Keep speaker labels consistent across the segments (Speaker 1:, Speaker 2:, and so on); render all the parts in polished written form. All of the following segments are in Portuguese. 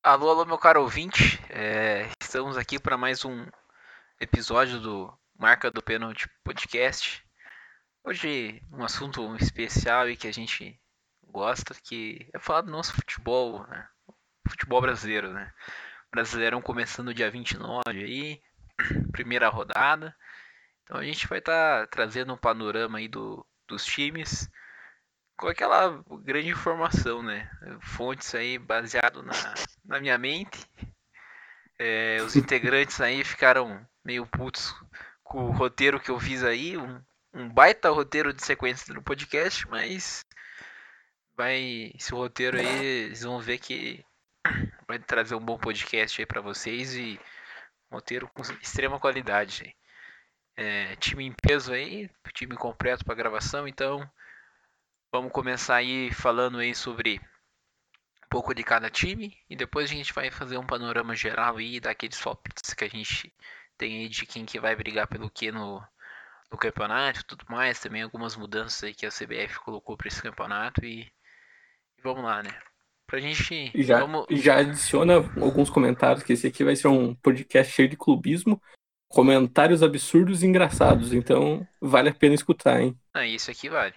Speaker 1: Alô, alô, meu caro ouvinte. Estamos aqui para mais um episódio do Marca do Pênalti Podcast. Hoje um assunto especial e que a gente gosta, que é falar do nosso futebol, né? Futebol brasileiro, né? Brasileirão começando dia 29 aí, primeira rodada. Então a gente vai estar trazendo um panorama aí dos times com aquela grande informação, né? Fontes aí baseado na minha mente. Os integrantes aí ficaram meio putos com o roteiro que eu fiz aí, um baita roteiro de sequência no podcast, mas esse roteiro aí, eles vão ver que vai trazer um bom podcast aí para vocês e um roteiro com extrema qualidade. Time em peso aí, time completo para gravação, então vamos começar aí falando aí sobre um pouco de cada time e depois a gente vai fazer um panorama geral aí daqueles palpites que a gente tem aí de quem que vai brigar pelo que no campeonato e tudo mais, também algumas mudanças aí que a CBF colocou para esse campeonato e vamos lá, né? Pra gente, vamos,
Speaker 2: Já adiciona alguns comentários que esse aqui vai ser um podcast cheio de clubismo, comentários absurdos e engraçados, então vale a pena escutar, hein?
Speaker 1: isso aqui vale.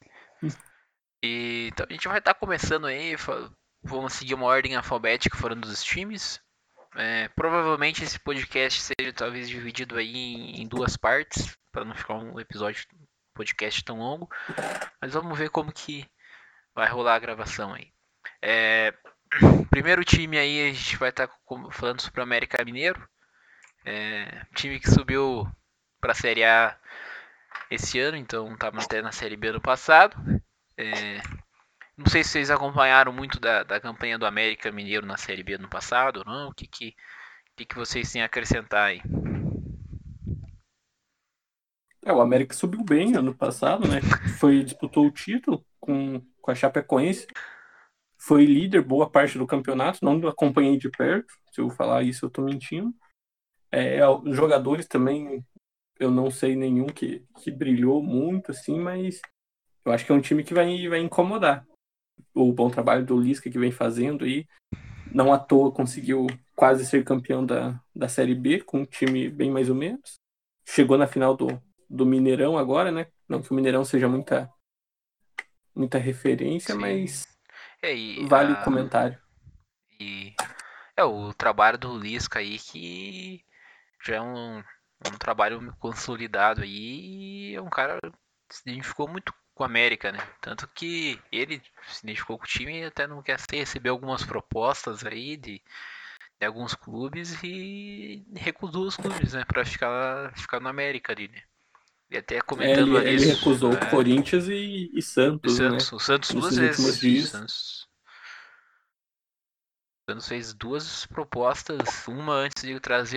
Speaker 1: E então a gente vai estar começando aí, vamos seguir uma ordem alfabética falando dos times. Provavelmente esse podcast seja talvez dividido aí em duas partes, para não ficar um episódio podcast tão longo, mas vamos ver como que vai rolar a gravação aí. Primeiro time aí a gente vai estar falando sobre o América Mineiro, time que subiu para a Série A esse ano, então estava até na Série B ano passado. Não sei se vocês acompanharam muito da campanha do América Mineiro na Série B ano passado ou não. O que vocês têm a acrescentar aí?
Speaker 2: O América subiu bem ano passado, né? Disputou o título com a Chapecoense, foi líder boa parte do campeonato, não acompanhei de perto, se eu falar isso eu tô mentindo. Os jogadores também, eu não sei nenhum que brilhou muito, assim, mas eu acho que é um time que vai incomodar. O bom trabalho do Lisca que vem fazendo aí. Não à toa conseguiu quase ser campeão da Série B, com um time bem mais ou menos. Chegou na final do Mineirão agora, né? Não que o Mineirão seja muita referência,
Speaker 1: Sim.
Speaker 2: mas
Speaker 1: É, e,
Speaker 2: vale o comentário.
Speaker 1: e o trabalho do Lisca aí que já é um trabalho consolidado aí e é um cara que se identificou muito com a América, né? Tanto que ele se identificou com o time e até não quer receber algumas propostas aí de alguns clubes e recusou os clubes, né? Pra ficar no América ali, né? E até comentando ali
Speaker 2: Ele recusou Corinthians e
Speaker 1: o
Speaker 2: Santos, né?
Speaker 1: Santos duas
Speaker 2: Nesses últimos
Speaker 1: vezes.
Speaker 2: dias.
Speaker 1: O Santos fez duas propostas, uma antes de trazer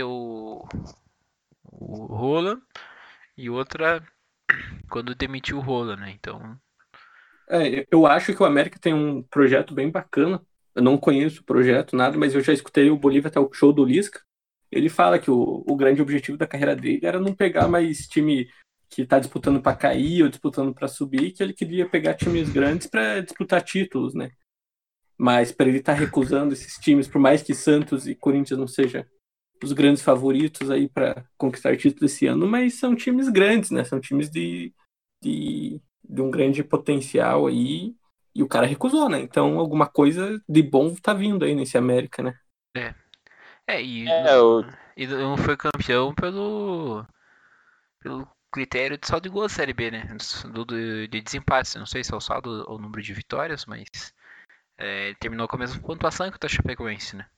Speaker 1: o Roland e outra quando demitiu o Roland, né? Então,
Speaker 2: Eu acho que o América tem um projeto bem bacana. Eu não conheço o projeto, nada, mas eu já escutei o Bolívia até o show do Lisca. Ele fala que o grande objetivo da carreira dele era não pegar mais time que está disputando para cair ou disputando para subir, que ele queria pegar times grandes para disputar títulos, né? Mas para ele estar recusando esses times, por mais que Santos e Corinthians não sejam os grandes favoritos aí para conquistar títulos esse ano, mas são times grandes, né? São times de um grande potencial aí. E o cara recusou, né? Então alguma coisa de bom tá vindo aí nesse América, né?
Speaker 1: é.
Speaker 3: É, o,
Speaker 1: E não foi campeão pelo critério de saldo de gol da Série B, né? De desempate. Não sei se é o saldo ou o número de vitórias, mas ele terminou com a mesma pontuação que o Chapecoense, né?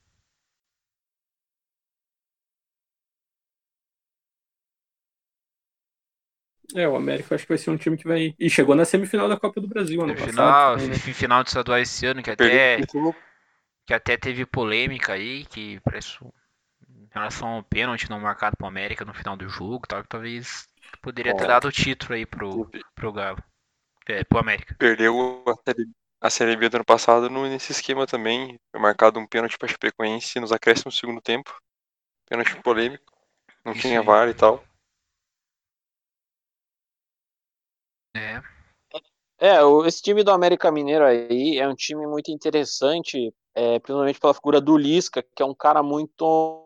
Speaker 2: O América eu acho que vai ser um time que vai. E chegou na semifinal da Copa do Brasil ano passado
Speaker 1: Final,
Speaker 2: também, né?
Speaker 1: final de estadual esse ano,
Speaker 3: perdeu o título.
Speaker 1: que até teve polêmica aí, que parece em relação ao pênalti não marcado pro América no final do jogo, tal, que talvez poderia ter dado o título aí pro Galo, pro América.
Speaker 3: Perdeu a série B do ano passado nesse esquema também. Foi marcado um pênalti para Chapecoense nos acréscimos do segundo tempo. Pênalti polêmico. Não
Speaker 1: Isso
Speaker 3: tinha
Speaker 1: aí.
Speaker 3: VAR e tal.
Speaker 1: É.
Speaker 4: Esse time do América Mineiro aí é um time muito interessante, principalmente pela figura do Lisca, que é um cara muito.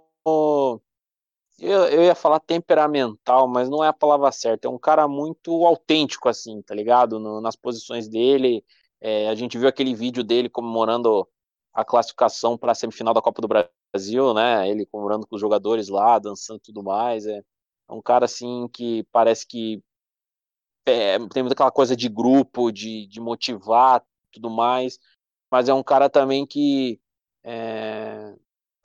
Speaker 4: Eu ia falar temperamental, mas não é a palavra certa. É um cara muito autêntico, assim, tá ligado? Nas posições dele. A gente viu aquele vídeo dele comemorando a classificação para a semifinal da Copa do Brasil, né? Ele comemorando com os jogadores lá, dançando e tudo mais. É um cara, assim, que parece que tem muita aquela coisa de grupo, de motivar tudo mais. Mas é um cara também que. É,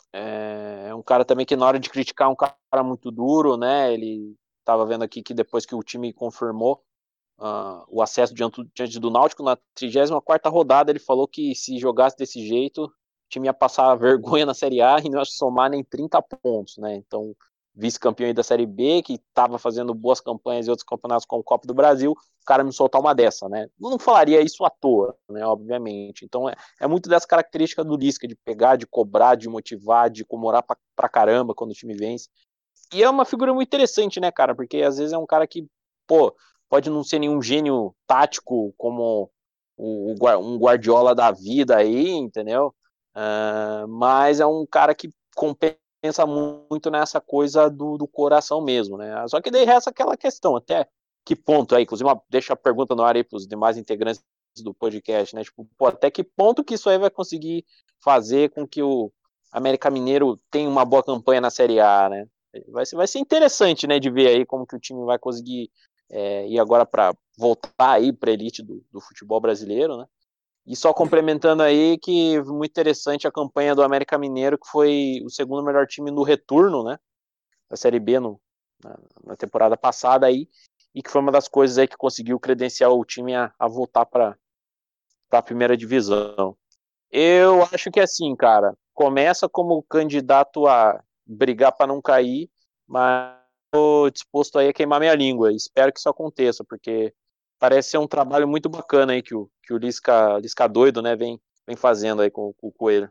Speaker 4: é um cara também que na hora de criticar é um cara muito duro, né? Ele estava vendo aqui que depois que o time confirmou o acesso diante do Náutico na 34ª rodada, ele falou que se jogasse desse jeito, o time ia passar vergonha na Série A e não ia somar nem 30 pontos, né? Então, vice-campeão aí da Série B, que estava fazendo boas campanhas em outros campeonatos como Copa do Brasil, o cara me soltar uma dessa, né? Não falaria isso à toa, né? Obviamente. Então, é muito dessa característica do Lisca, de pegar, de cobrar, de motivar, de comemorar pra caramba quando o time vence. E é uma figura muito interessante, né, cara? Porque às vezes é um cara que, pô, pode não ser nenhum gênio tático como um Guardiola da vida aí, entendeu? Mas é um cara que compensa muito nessa coisa do coração mesmo, né? Só que daí resta aquela questão, até que ponto aí, inclusive deixa a pergunta no ar aí para os demais integrantes do podcast, né? Tipo, pô, até que ponto que isso aí vai conseguir fazer com que o América Mineiro tenha uma boa campanha na Série A, né? Vai ser interessante, né, de ver aí como que o time vai conseguir ir agora para voltar aí para a elite do futebol brasileiro, né? E só complementando aí que muito interessante a campanha do América Mineiro, que foi o segundo melhor time no retorno, né, da Série B na temporada passada aí, e que foi uma das coisas aí que conseguiu credenciar o time a voltar para a primeira divisão. Eu acho que assim, cara, começa como candidato a brigar para não cair, mas estou disposto aí a queimar minha língua. Espero que isso aconteça, porque parece ser um trabalho muito bacana aí que o Lisca doido, né, vem fazendo aí com o Coelho.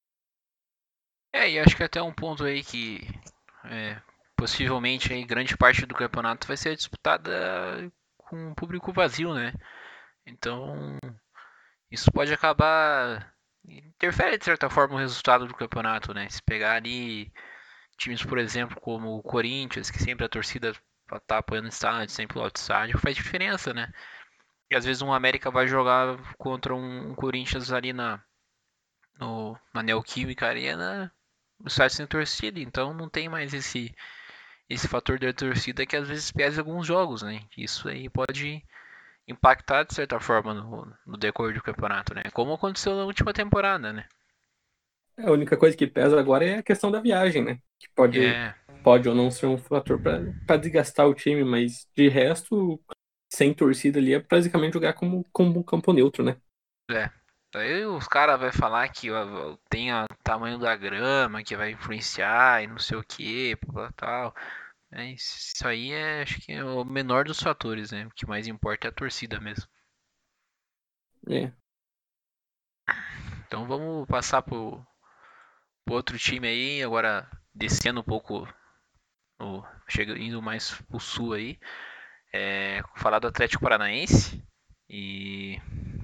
Speaker 1: E acho que até um ponto aí que possivelmente aí grande parte do campeonato vai ser disputada com o público vazio, né? Então isso pode acabar interfere de certa forma no resultado do campeonato, né? Se pegar ali times, por exemplo, como o Corinthians, que sempre a torcida tá apoiando o estádio, sempre o estádio, faz diferença, né? E às vezes um América vai jogar contra um Corinthians ali na Neoquímica Arena, o estádio sem torcida, então não tem mais esse fator da torcida que às vezes pesa alguns jogos, né? Isso aí pode impactar de certa forma no decorrer do campeonato, né? Como aconteceu na última temporada, né?
Speaker 2: A única coisa que pesa agora é a questão da viagem, né? Que
Speaker 1: É,
Speaker 2: pode ou não ser um fator para desgastar o time, mas de resto, sem torcida ali, é basicamente jogar como um campo neutro, né?
Speaker 1: é. Daí os caras vão falar que ó, tem o tamanho da grama, que vai influenciar e não sei o que, tal. Isso aí acho que é o menor dos fatores, né? O que mais importa é a torcida mesmo.
Speaker 2: É.
Speaker 1: Então vamos passar pro outro time aí, agora descendo um pouco, indo mais pro sul aí. Falar do Atlético Paranaense. E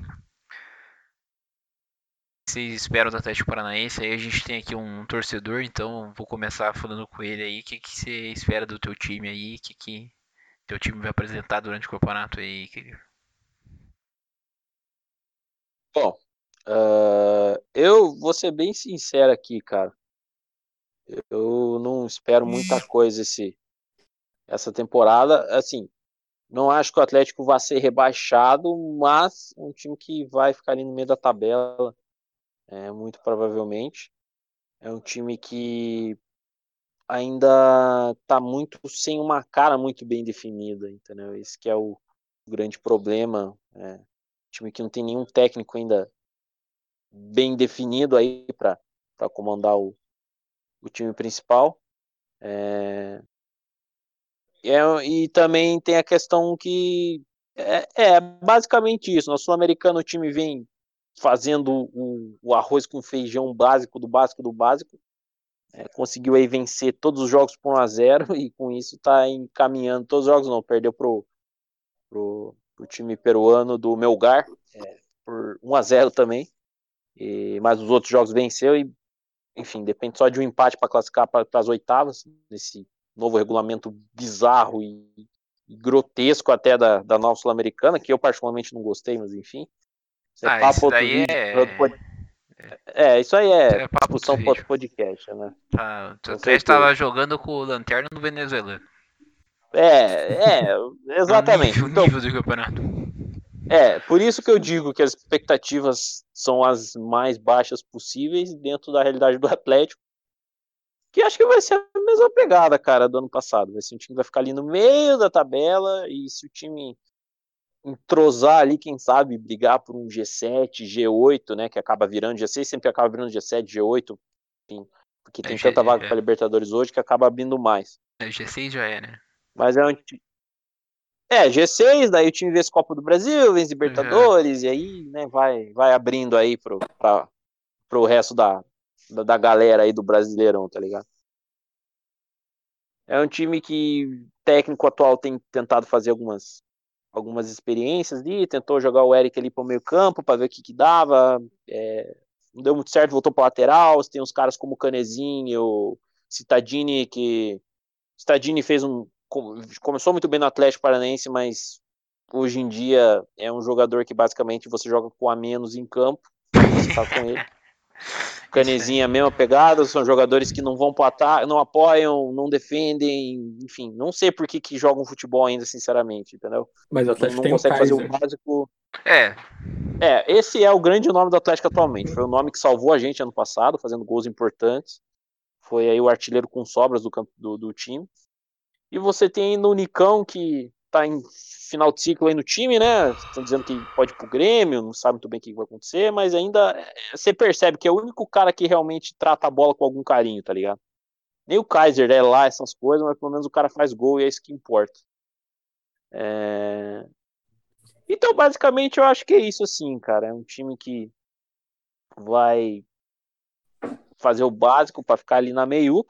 Speaker 1: vocês esperam do Atlético Paranaense? Aí a gente tem aqui um torcedor, então vou começar falando com ele aí. O que você espera do teu time aí? O que teu time vai apresentar durante o campeonato aí?
Speaker 4: Bom, eu vou ser bem sincero aqui, cara. Eu não espero muita coisa essa temporada. Assim, não acho que o Atlético vai ser rebaixado, mas é um time que vai ficar ali no meio da tabela, muito provavelmente. É um time que ainda está muito sem uma cara muito bem definida, entendeu? Esse que é o grande problema. Time que não tem nenhum técnico ainda bem definido aí para comandar o time principal. E também tem a questão que é basicamente isso. No Sul-Americano o time vem fazendo o arroz com feijão básico do básico do básico. Conseguiu aí vencer todos os jogos por 1-0 e com isso está encaminhando todos os jogos, não, perdeu pro time peruano do Melgar, por 1-0 também. Mas os outros jogos venceu e, enfim, depende só de um empate para classificar para as oitavas, nesse novo regulamento bizarro e grotesco até da nova Sul-Americana, que eu particularmente não gostei, mas enfim. Isso é papo
Speaker 1: isso
Speaker 4: outro
Speaker 1: daí
Speaker 4: vídeo. Isso aí
Speaker 1: isso
Speaker 4: é
Speaker 1: é papo
Speaker 4: discussão
Speaker 1: outro
Speaker 4: para outro
Speaker 1: vídeo.
Speaker 4: podcast, né?
Speaker 1: O
Speaker 4: Com
Speaker 1: Atlético
Speaker 4: certeza.
Speaker 1: tava jogando com o Lanterna no Venezuela.
Speaker 4: Exatamente.
Speaker 1: O
Speaker 4: Então,
Speaker 1: nível do campeonato.
Speaker 4: por isso que eu digo que as expectativas são as mais baixas possíveis dentro da realidade do Atlético, que acho que vai ser a mesma pegada, cara, do ano passado. Vai ser um time que vai ficar ali no meio da tabela, e se o time entrosar ali, quem sabe, brigar por um G7, G8, né, que acaba virando G6, sempre acaba virando G7, G8, enfim, porque tem tanta vaga para Libertadores hoje que acaba abrindo mais.
Speaker 1: G6 já é, né?
Speaker 4: Mas G6, daí o time vence Copa do Brasil, vence Libertadores, e aí, né, vai abrindo aí pro resto da galera aí do Brasileirão, tá ligado? É um time que o técnico atual tem tentado fazer algumas experiências ali, tentou jogar o Eric ali pro meio campo para ver o que dava, não deu muito certo, voltou pra lateral. Tem uns caras como o Canezinho, o Cittadini, que Cittadini começou muito bem no Atlético Paranaense, mas hoje em dia é um jogador que basicamente você joga com a menos em campo, você tá com ele. Canezinha, a mesma pegada, são jogadores que não vão pro ataque, não apoiam, não defendem, enfim, não sei por que jogam futebol ainda, sinceramente, entendeu?
Speaker 2: Mas o Atlético
Speaker 4: não
Speaker 2: tem
Speaker 4: consegue
Speaker 2: o
Speaker 4: fazer
Speaker 2: Kaiser.
Speaker 4: o básico.
Speaker 1: Esse
Speaker 4: é o grande nome do Atlético atualmente. Foi o nome que salvou a gente ano passado, fazendo gols importantes. Foi aí o artilheiro com sobras do time. E você tem ainda o Nicão, que tá em final de ciclo aí no time, né? Estão dizendo que pode ir pro Grêmio, não sabe muito bem o que vai acontecer, mas ainda você percebe que é o único cara que realmente trata a bola com algum carinho, tá ligado? Nem o Kaiser é lá, essas coisas, mas pelo menos o cara faz gol e é isso que importa. Então, basicamente, eu acho que é isso, assim, cara. É um time que vai fazer o básico para ficar ali na meiuca.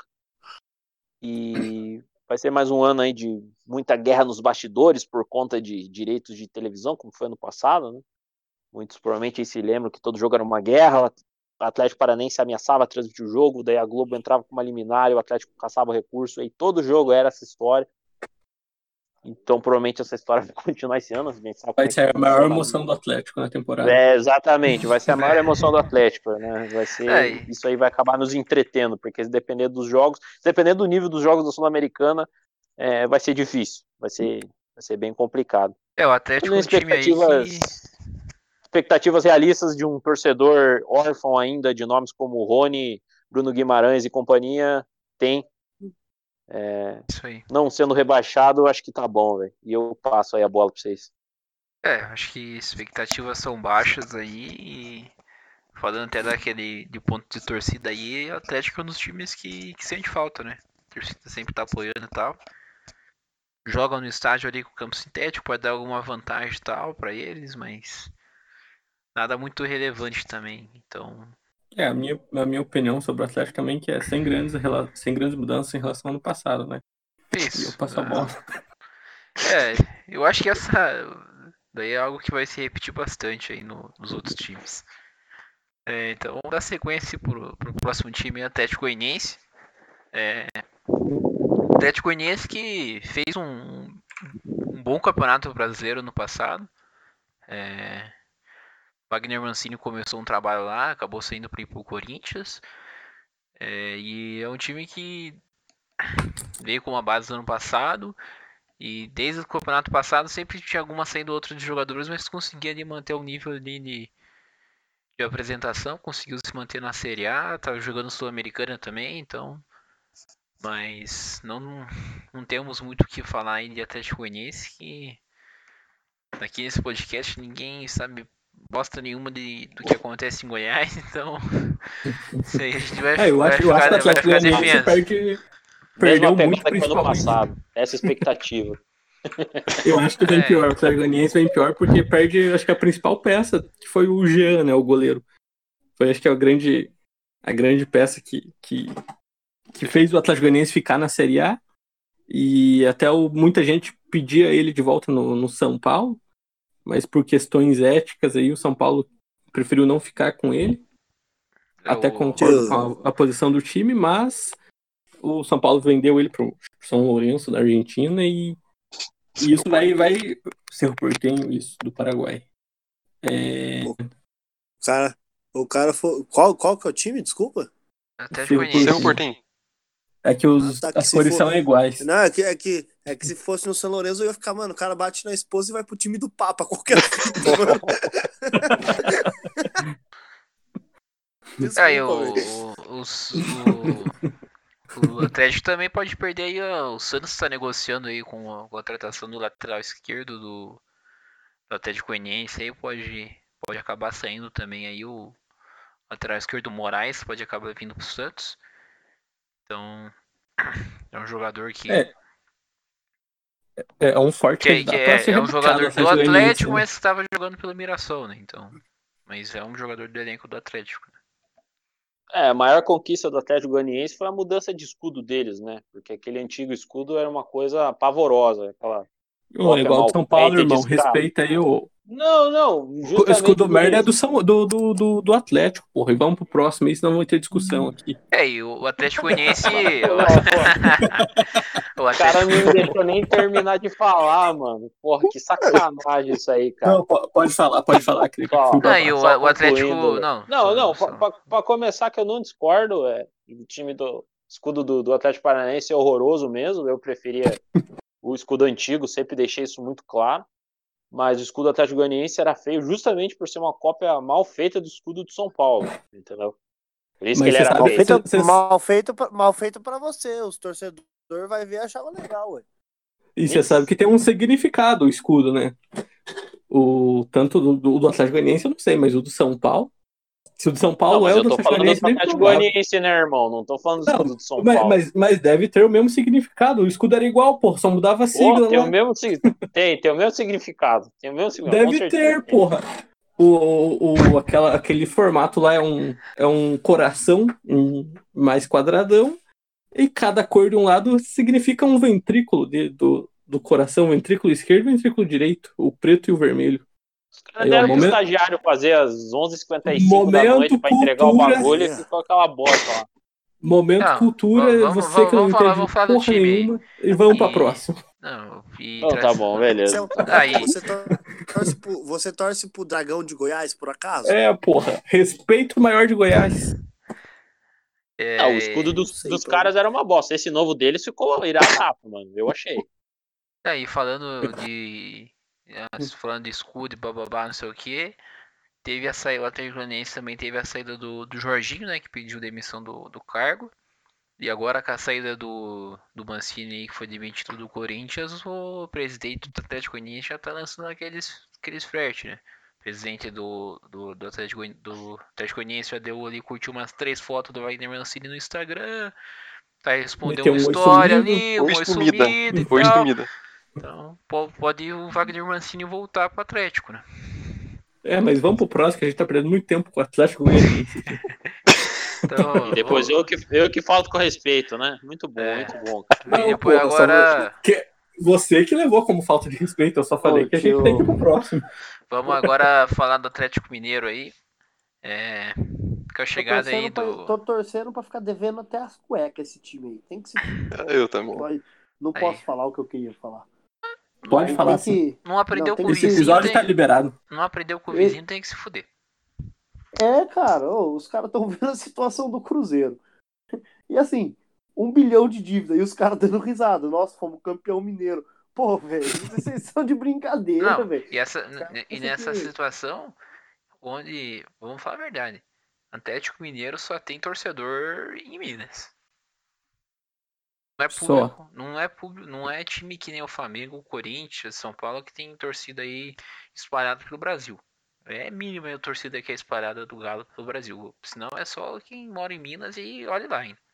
Speaker 4: E vai ser mais um ano aí de muita guerra nos bastidores por conta de direitos de televisão, como foi ano passado, né? Muitos provavelmente aí se lembram que todo jogo era uma guerra. O Atlético Paranaense ameaçava transmitir o jogo, daí a Globo entrava com uma liminar e o Atlético caçava o recurso, aí todo jogo era essa história. Então, provavelmente essa história vai continuar esse ano.
Speaker 2: Vai ser a maior emoção do Atlético na temporada.
Speaker 4: Exatamente, vai ser a maior emoção do Atlético, né? Vai ser, isso aí vai acabar nos entretendo, porque se depender dos jogos, dependendo do nível dos jogos da Sul-Americana, vai ser difícil, vai ser bem complicado.
Speaker 1: O Atlético é um time aí que...
Speaker 4: Expectativas realistas de um torcedor órfão ainda de nomes como Rony, Bruno Guimarães e companhia, tem.
Speaker 1: Isso aí.
Speaker 4: Não sendo rebaixado, eu acho que tá bom, velho. E eu passo aí a bola pra vocês.
Speaker 1: Acho que expectativas são baixas aí e falando até de ponto de torcida aí, o Atlético é um dos times que sente falta, né? A torcida sempre tá apoiando e tal. Jogam no estádio ali com campo sintético, pode dar alguma vantagem e tal pra eles, mas nada muito relevante também, então...
Speaker 2: A minha opinião sobre o Atlético também que é sem grandes mudanças em relação ao ano passado, né?
Speaker 1: Isso.
Speaker 2: E eu passo a bola.
Speaker 1: Eu acho que essa daí é algo que vai se repetir bastante aí nos outros times. Então, vamos dar sequência pro próximo time, Atlético Goianiense. Atlético Goianiense que fez um bom campeonato brasileiro no passado. Wagner Mancini começou um trabalho lá, acabou saindo para ir pro Corinthians. E é um time que veio com uma base no ano passado. E desde o campeonato passado sempre tinha alguma saída ou outra de jogadores, mas conseguia ali manter o nível ali de apresentação, conseguiu se manter na Série A, tá jogando Sul-Americana também, então... Mas não temos muito o que falar aí de Atlético Goianiense, que aqui nesse podcast ninguém sabe bosta nenhuma do que acontece em Goiás, então isso aí a gente vai
Speaker 2: acho que o Atlético Goianiense perdeu muito,
Speaker 4: principalmente. Essa expectativa.
Speaker 2: Eu acho que vem pior, o Atlético Goianiense vem pior porque perde, acho que a principal peça, que foi o Jean, né, o goleiro. Foi, acho que a grande peça que fez o Atlético Goianiense ficar na Série A, e até muita gente pedia ele de volta no São Paulo, mas por questões éticas aí o São Paulo preferiu não ficar com ele. Até concordo com a posição do time, mas o São Paulo vendeu ele pro São Lourenço da Argentina e isso vai Cerro Porteño, isso, do Paraguai.
Speaker 5: O cara foi. Qual que é o time? Desculpa?
Speaker 3: Cerro Porteño.
Speaker 2: É que as cores são iguais.
Speaker 5: Não, é que se fosse no São Lourenço eu ia ficar, mano, o cara bate na esposa e vai pro time do Papa, qualquer fita, mano.
Speaker 1: O Atlético também pode perder aí. O Santos está negociando aí com a contratação do lateral esquerdo do Atlético Goianiense. Aí pode acabar saindo também aí o lateral esquerdo Moraes, pode acabar vindo pro Santos. Então é um jogador que
Speaker 2: é um forte
Speaker 1: é um jogador do Atlético, mas estava jogando pelo Mirassol, né? Então, mas é um jogador do elenco do Atlético.
Speaker 4: A maior conquista do Atlético Goianiense foi a mudança de escudo deles, né? Porque aquele antigo escudo era uma coisa pavorosa.
Speaker 2: Igual do São Paulo, irmão. Respeita aí o...
Speaker 4: Não.
Speaker 2: O escudo merda é do Atlético, porra. E vamos pro próximo aí, senão vamos ter discussão aqui.
Speaker 1: E o Atlético Goianiense...
Speaker 4: O cara não deixou nem terminar de falar, mano. Porra, que sacanagem isso aí, cara.
Speaker 2: Não, pode falar, Crico.
Speaker 1: O Atlético...
Speaker 4: Não, pra começar que eu não discordo, o time do escudo do Atlético Paranaense é horroroso mesmo, eu preferia o escudo antigo, sempre deixei isso muito claro, mas o escudo do Atlético Goianiense era feio justamente por ser uma cópia mal feita do escudo do São Paulo, entendeu? Por isso que ele era
Speaker 5: mal feito pra você, os torcedores vai ver e achava legal, ué.
Speaker 2: E você sabe que tem um significado o escudo, né? Tanto do Atlético Goianiense eu não sei, mas o do São Paulo. Se o do São Paulo
Speaker 4: o do Atlético Goianiense, né, irmão? Não tô falando do escudo do São Paulo.
Speaker 2: Mas deve ter o mesmo significado. O escudo era igual, pô. Só mudava a sigla.
Speaker 4: Tem o mesmo significado.
Speaker 2: Deve ter, porra. Aquele formato lá é um coração mais quadradão. E cada cor de um lado significa um ventrículo do coração. Ventrículo esquerdo e ventrículo direito. O preto e o vermelho.
Speaker 4: Os caras deram pro estagiário fazer às 11h55 da noite pra entregar o bagulho e ficou aquela bosta lá.
Speaker 2: Momento cultura, você que não entende porra nenhuma. E vamos pra próxima.
Speaker 4: Então tá bom, beleza.
Speaker 5: Você torce pro Dragão de Goiás, por acaso?
Speaker 2: Porra. Respeito maior de Goiás.
Speaker 4: O escudo dos caras era uma bosta. Esse novo deles ficou iradaço, mano. Eu achei.
Speaker 1: E falando de escudo e bababá, não sei o que, teve a saída, o Atlético Goianiense também teve a saída do Jorginho, né, que pediu demissão do cargo, e agora com a saída do Mancini, que foi demitido do Corinthians, o presidente do Atlético Goianiense já tá lançando aqueles flertes, né. O presidente do Atlético Goianiense já deu ali, curtiu umas 3 fotos do Wagner Mancini no Instagram, tá respondendo uma história ali, uma sumida e tal. Então, pode o Wagner Mancini voltar pro Atlético, né?
Speaker 2: Mas vamos pro próximo, que a gente tá perdendo muito tempo com o Atlético Goianiense.
Speaker 4: Então, depois eu que falo com respeito, né? Muito bom, muito bom.
Speaker 1: Não, e depois agora...
Speaker 2: Você que levou como falta de respeito, eu só falei que a gente tem que ir pro próximo.
Speaker 1: Vamos agora falar do Atlético Mineiro aí. Com a chegada aí do...
Speaker 5: Tô torcendo pra ficar devendo até as cuecas esse time aí. Tem que se...
Speaker 3: Eu também.
Speaker 5: Não posso falar o que eu queria falar.
Speaker 2: Pode falar assim.
Speaker 1: Não aprendeu com o vizinho.
Speaker 2: Esse episódio tá liberado.
Speaker 1: Não aprendeu com o vizinho, tem que se fuder.
Speaker 5: Cara, os caras estão vendo a situação do Cruzeiro. E assim, 1 bilhão de dívida e os caras dando risada. Nossa, fomos campeão mineiro. Pô, velho, vocês são de brincadeira, velho.
Speaker 1: E nessa situação, onde, vamos falar a verdade, Atlético Mineiro só tem torcedor em Minas. Não é público, não é time que nem o Flamengo, o Corinthians, São Paulo, que tem torcida aí espalhada pelo Brasil. É mínima a torcida que é espalhada do Galo pelo Brasil. Senão é só quem mora em Minas e olha lá ainda.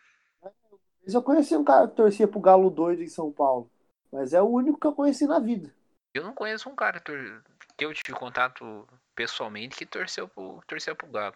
Speaker 5: Eu conheci um cara que torcia pro Galo doido em São Paulo. Mas é o único que eu conheci na vida.
Speaker 1: Eu não conheço um cara que eu tive contato pessoalmente que torceu pro Galo.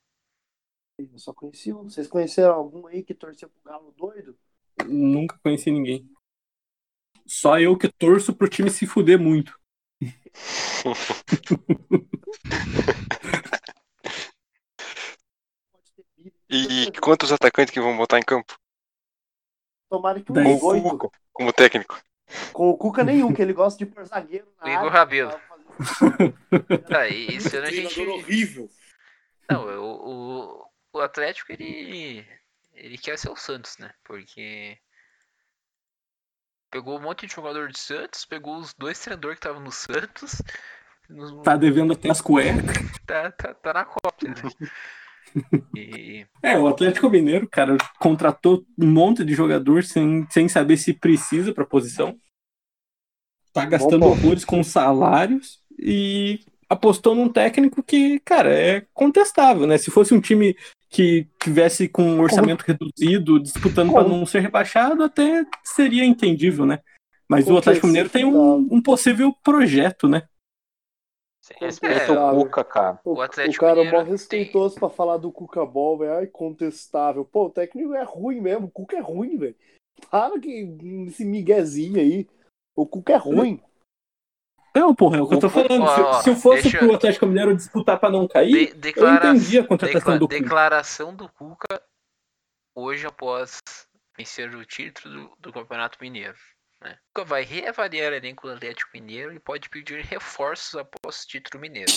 Speaker 5: Eu só conheci um. Vocês conheceram algum aí que torceu pro Galo doido?
Speaker 2: Nunca conheci ninguém. Só eu que torço pro time se fuder muito.
Speaker 3: E quantos atacantes que vão botar em campo?
Speaker 5: Tomara que
Speaker 2: Daí-
Speaker 3: Com
Speaker 5: uns
Speaker 3: o
Speaker 5: 8.
Speaker 3: Cuca, como técnico.
Speaker 5: Com o Cuca nenhum, que ele gosta de pôr zagueiro na
Speaker 1: O Igor
Speaker 5: área.
Speaker 1: Rabelo.
Speaker 5: pra fazer-
Speaker 1: Tá, e esse ano a gente.
Speaker 5: Treinador horrível.
Speaker 1: Não, o Atlético ele quer ser o Santos, né? Porque pegou um monte de jogador de Santos, pegou os 2 treinadores que estavam no Santos,
Speaker 2: Tá devendo até as cuecas.
Speaker 1: tá na cópia, né? E
Speaker 2: O Atlético Mineiro, cara, contratou um monte de jogador sem saber se precisa pra posição. Tá gastando
Speaker 5: ponto.
Speaker 2: horrores com salários e apostou num técnico que, cara, é contestável, né? Se fosse um time que tivesse com um orçamento reduzido, disputando pra não ser rebaixado, até seria entendível, né? Mas o Atlético Mineiro tem um possível projeto, né?
Speaker 4: Você respeita o Cuca, cara.
Speaker 1: o Atlético
Speaker 5: o cara
Speaker 1: Mineiro
Speaker 5: mó respeitoso pra falar do Cuca Ball, velho. Ai, contestável. Pô, o técnico é ruim mesmo. O Cuca é ruim, velho. Para que esse miguezinho aí. O Cuca é ruim.
Speaker 2: Não, porra, é o que eu tô falando. Se eu fosse pro Atlético Mineiro disputar pra não cair, eu entendi a contratação do Cuca.
Speaker 1: Declaração do Cuca hoje após vencer o título do Campeonato Mineiro. Né? O Cuca vai reavaliar o elenco do Atlético Mineiro e pode pedir reforços após o título mineiro.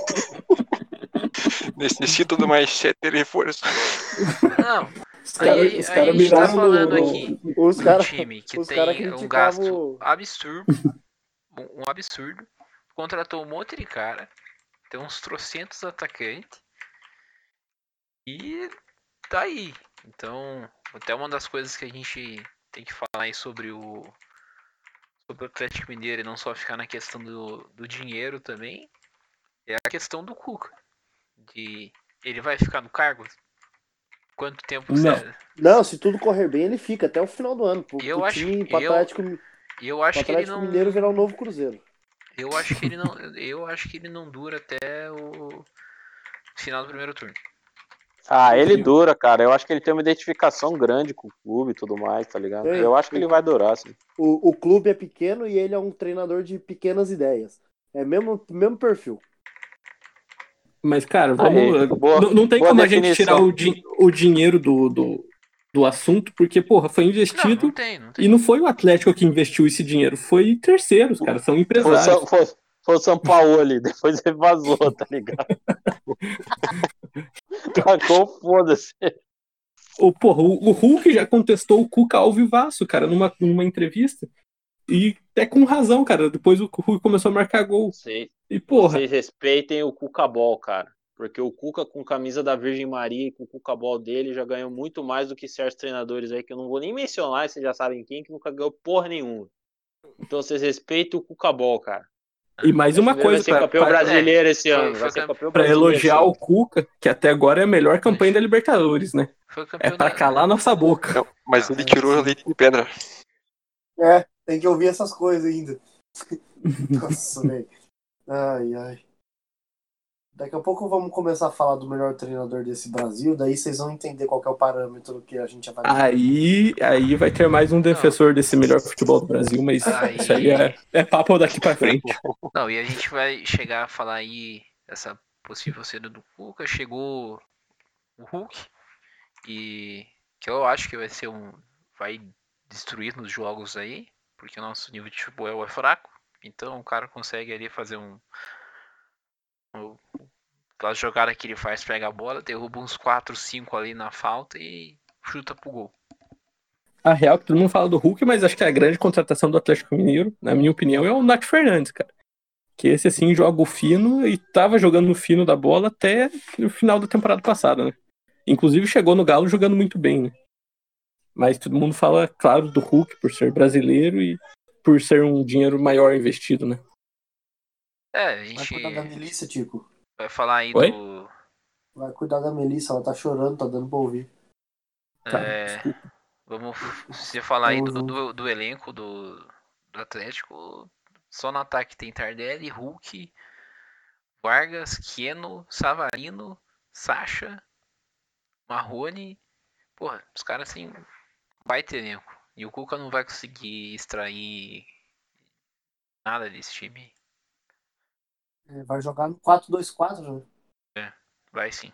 Speaker 3: Necessito de mais 7 reforços.
Speaker 1: Não,
Speaker 2: Os
Speaker 1: aí
Speaker 2: caras
Speaker 1: a gente tá
Speaker 2: miraram
Speaker 1: falando
Speaker 2: no-
Speaker 1: aqui
Speaker 5: Os
Speaker 1: de um
Speaker 5: cara,
Speaker 1: time que
Speaker 5: os cara
Speaker 1: tem um
Speaker 5: criticavam
Speaker 1: gasto absurdo, um absurdo, contratou um monte de cara, tem uns trocentos atacantes e tá aí. Então, até uma das coisas que a gente tem que falar aí sobre o Atlético Mineiro e não só ficar na questão do dinheiro também, é a questão do Cuca. Ele vai ficar no cargo? Quanto tempo
Speaker 2: Não.
Speaker 1: você...
Speaker 5: Não, se tudo correr bem, ele fica até o final do ano. Pro
Speaker 1: Eu acho-
Speaker 5: time, pro
Speaker 1: eu-
Speaker 5: Atlético,
Speaker 1: Eu acho que ele
Speaker 5: Atlético
Speaker 1: não...
Speaker 5: Mineiro virar um novo Cruzeiro.
Speaker 1: Eu acho que ele não dura até o final do primeiro turno.
Speaker 4: Ah, ele dura, cara. Eu acho que ele tem uma identificação grande com o clube e tudo mais, tá ligado?
Speaker 5: Tem.
Speaker 4: Eu acho que ele vai durar, assim.
Speaker 5: O clube é pequeno e ele é um treinador de pequenas ideias. É mesmo perfil.
Speaker 2: Mas, cara,
Speaker 4: Aí,
Speaker 2: não tem
Speaker 4: boa
Speaker 2: como a gente tirar
Speaker 4: definição.
Speaker 2: o dinheiro do assunto, porque, porra, foi investido
Speaker 1: Não tem.
Speaker 2: e não foi o Atlético que investiu esse dinheiro, foi terceiros, cara, são empresários.
Speaker 4: Foi o São Paulo ali, depois ele vazou, tá ligado? Tacou, foda-se.
Speaker 2: Porra, o Hulk já contestou o Cuca ao vivaço, cara, numa entrevista. E até com razão, cara. Depois o Hulk começou a marcar gol. E, porra,
Speaker 4: Vocês respeitem o Cuca Ball, cara. Porque o Cuca com camisa da Virgem Maria e com o Cuca Ball dele já ganhou muito mais do que certos treinadores aí, que eu não vou nem mencionar, vocês já sabem quem, que nunca ganhou porra nenhuma. Então vocês respeitem o Cuca Ball, cara.
Speaker 2: e mais uma coisa,
Speaker 4: Vai ser campeão brasileiro esse ano. Vai ser campeão
Speaker 2: pra
Speaker 4: brasileiro
Speaker 2: elogiar
Speaker 4: esse
Speaker 2: o
Speaker 4: ano.
Speaker 2: Cuca, que até agora é a melhor campanha da Libertadores, né?
Speaker 1: Foi
Speaker 2: É
Speaker 1: campeão
Speaker 2: pra calar nossa boca.
Speaker 3: Não, mas ele tirou a leite de pedra.
Speaker 5: É, tem que ouvir essas coisas ainda. Nossa, velho. Ai. Daqui a pouco vamos começar a falar do melhor treinador desse Brasil, daí vocês vão entender qual que é o parâmetro que a gente avalia.
Speaker 2: Aí vai ter mais um defensor desse melhor futebol do Brasil, mas isso aí é papo daqui pra frente.
Speaker 1: Não, e a gente vai chegar a falar aí essa possível saída do Cuca. Chegou o Hulk, e que eu acho que vai destruir nos jogos aí, porque o nosso nível de futebol é fraco. Então o cara consegue ali fazer aquela jogada que ele faz, pega a bola, derruba uns 4, 5 ali na falta e chuta pro gol.
Speaker 2: A real é que todo mundo fala do Hulk, mas acho que a grande contratação do Atlético Mineiro, na minha opinião, é o Nath Fernandes, cara. Que esse, assim, joga o fino e tava jogando no fino da bola até o final da temporada passada, né? Inclusive chegou no Galo jogando muito bem, né? Mas todo mundo fala, claro, do Hulk por ser brasileiro e por ser um dinheiro maior investido, né?
Speaker 1: A
Speaker 5: Vai
Speaker 1: gente
Speaker 5: cuidar da Melissa, Tico.
Speaker 1: vai falar aí
Speaker 2: Oi?
Speaker 5: Vai cuidar da Melissa, ela tá chorando, tá dando pra ouvir.
Speaker 2: Cara, desculpa.
Speaker 1: Vamos se falar aí
Speaker 5: Tamo
Speaker 1: do elenco do Atlético. Só no ataque tem Tardelli, Hulk, Vargas, Keno, Savarino, Sacha, Marrone. Porra, os caras assim, baita elenco. E o Cuca não vai conseguir extrair nada desse time.
Speaker 5: Vai jogar no 4-2-4, né?
Speaker 1: Vai sim.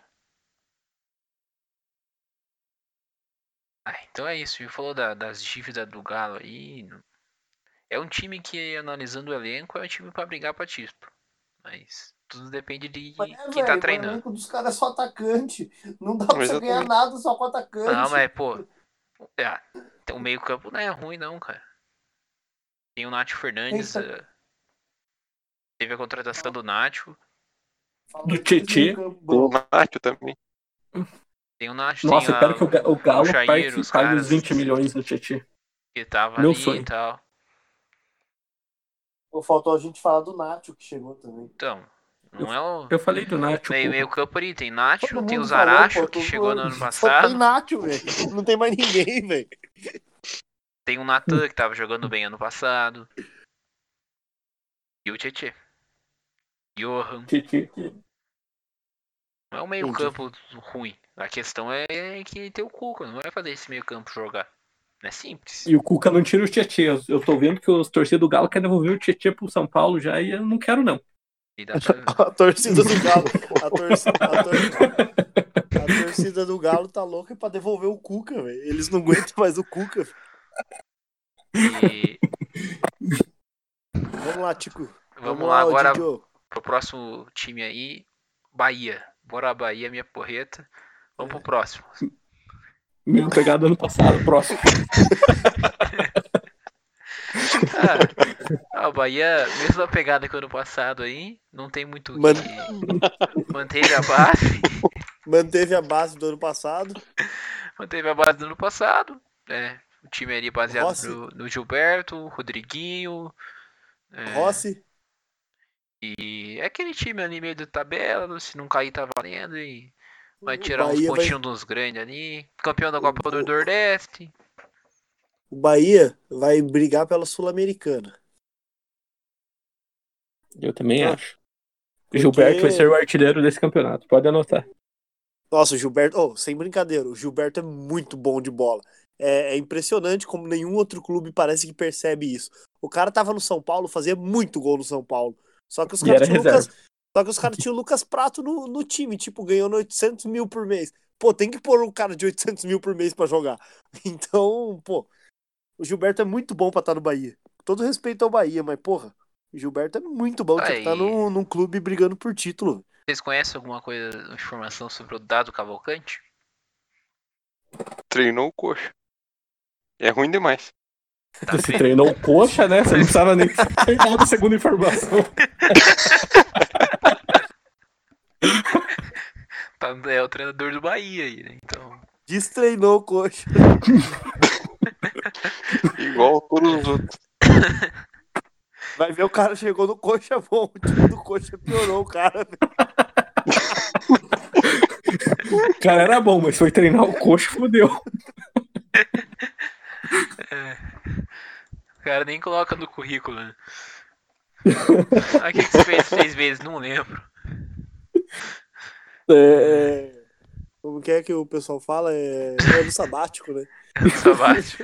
Speaker 1: Então é isso. Falou das dívidas do Galo aí. É um time que, analisando o elenco, é um time pra brigar pra título. Mas tudo depende de quem tá
Speaker 5: Velho, o
Speaker 1: treinando.
Speaker 5: elenco dos caras é só atacante. Não dá pra você ganhar nada só com atacante.
Speaker 1: Não, mas, pô. O meio campo não é ruim, não, cara. Tem o Nacho Fernandes. Teve a contratação do Nacho.
Speaker 2: Do Tietê.
Speaker 3: O Nacho também.
Speaker 1: Tem o Nacho.
Speaker 2: Nossa, eu quero que o Galo
Speaker 1: Jair,
Speaker 2: pague os 20 milhões do Tietê.
Speaker 1: Que tava
Speaker 2: Meu
Speaker 1: ali
Speaker 2: sonho.
Speaker 1: e tal.
Speaker 5: Faltou a gente falar do Nacho que chegou também.
Speaker 1: Então, não é o.
Speaker 2: Eu falei do Nacho.
Speaker 1: Meio campo ali. Tem Nacho,
Speaker 5: Todo
Speaker 1: tem o
Speaker 5: mundo
Speaker 1: Zaracho,
Speaker 5: falou,
Speaker 1: que chegou no ano
Speaker 5: Só
Speaker 1: passado.
Speaker 5: tem Nacho, velho. Não tem mais ninguém, velho.
Speaker 1: Tem o Natan, que tava jogando bem ano passado. E o Tietê. Johan.
Speaker 2: Tietê.
Speaker 1: Não é um meio campo ruim. A questão é que tem o Cuca. Não vai fazer esse meio campo jogar. Não é simples.
Speaker 2: E o Cuca não tira o Tietê. Eu tô vendo que os torcedores do Galo querem devolver o Tietê pro São Paulo já e eu não quero, não.
Speaker 1: E dá pra...
Speaker 5: A torcida do Galo. A torcida do Galo tá louca pra devolver o Cuca, velho. Eles não aguentam mais o Cuca.
Speaker 1: E...
Speaker 5: Vamos lá, Tico.
Speaker 1: Vamos lá agora
Speaker 5: Didio.
Speaker 1: pro próximo time aí. Bahia. Bora Bahia, minha porreta. Vamos pro próximo.
Speaker 2: Mesmo pegado ano passado, próximo.
Speaker 1: O Bahia, mesma pegada que o ano passado aí. Não tem muito o que... Manteve a base.
Speaker 5: Manteve a base do ano passado.
Speaker 1: Manteve a base do ano passado. O time ali baseado no Gilberto, Rodriguinho.
Speaker 5: Rossi.
Speaker 1: E é aquele time ali meio de tabela, se não cair tá valendo e vai tirar uns pontinhos dos grandes ali. Campeão da Copa do Nordeste.
Speaker 5: O Bahia vai brigar pela Sul-Americana.
Speaker 2: Eu também acho. O Gilberto vai ser o artilheiro desse campeonato, pode anotar.
Speaker 5: Nossa, o Gilberto, sem brincadeira, o Gilberto é muito bom de bola. É impressionante como nenhum outro clube parece que percebe isso. O cara tava no São Paulo, fazia muito gol no São Paulo. Só que os caras tinham o Lucas Prato no time, tipo, ganhando 800 mil por mês. Pô, tem que pôr um cara de 800 mil por mês pra jogar. Então, pô, o Gilberto é muito bom pra estar no Bahia. Todo respeito ao Bahia, mas, porra, o Gilberto é muito bom, tinha que estar num clube brigando por título.
Speaker 1: Vocês conhecem alguma coisa, informação sobre o Dado Cavalcante?
Speaker 3: Treinou o coxa. É ruim demais.
Speaker 2: Você treinou o coxa, né? Você não precisava nem treinar a segunda informação.
Speaker 1: É o treinador do Bahia aí, né? Então...
Speaker 5: Destreinou o coxa.
Speaker 3: Igual todos os outros.
Speaker 5: Vai ver, o cara chegou no coxa bom. O time do coxa piorou o cara.
Speaker 2: O cara era bom, mas foi treinar o coxa, fodeu.
Speaker 1: O cara nem coloca no currículo, né? O que você fez 6 meses? Não lembro.
Speaker 5: Como que é que o pessoal fala? É ano sabático, né?
Speaker 1: Ano sabático.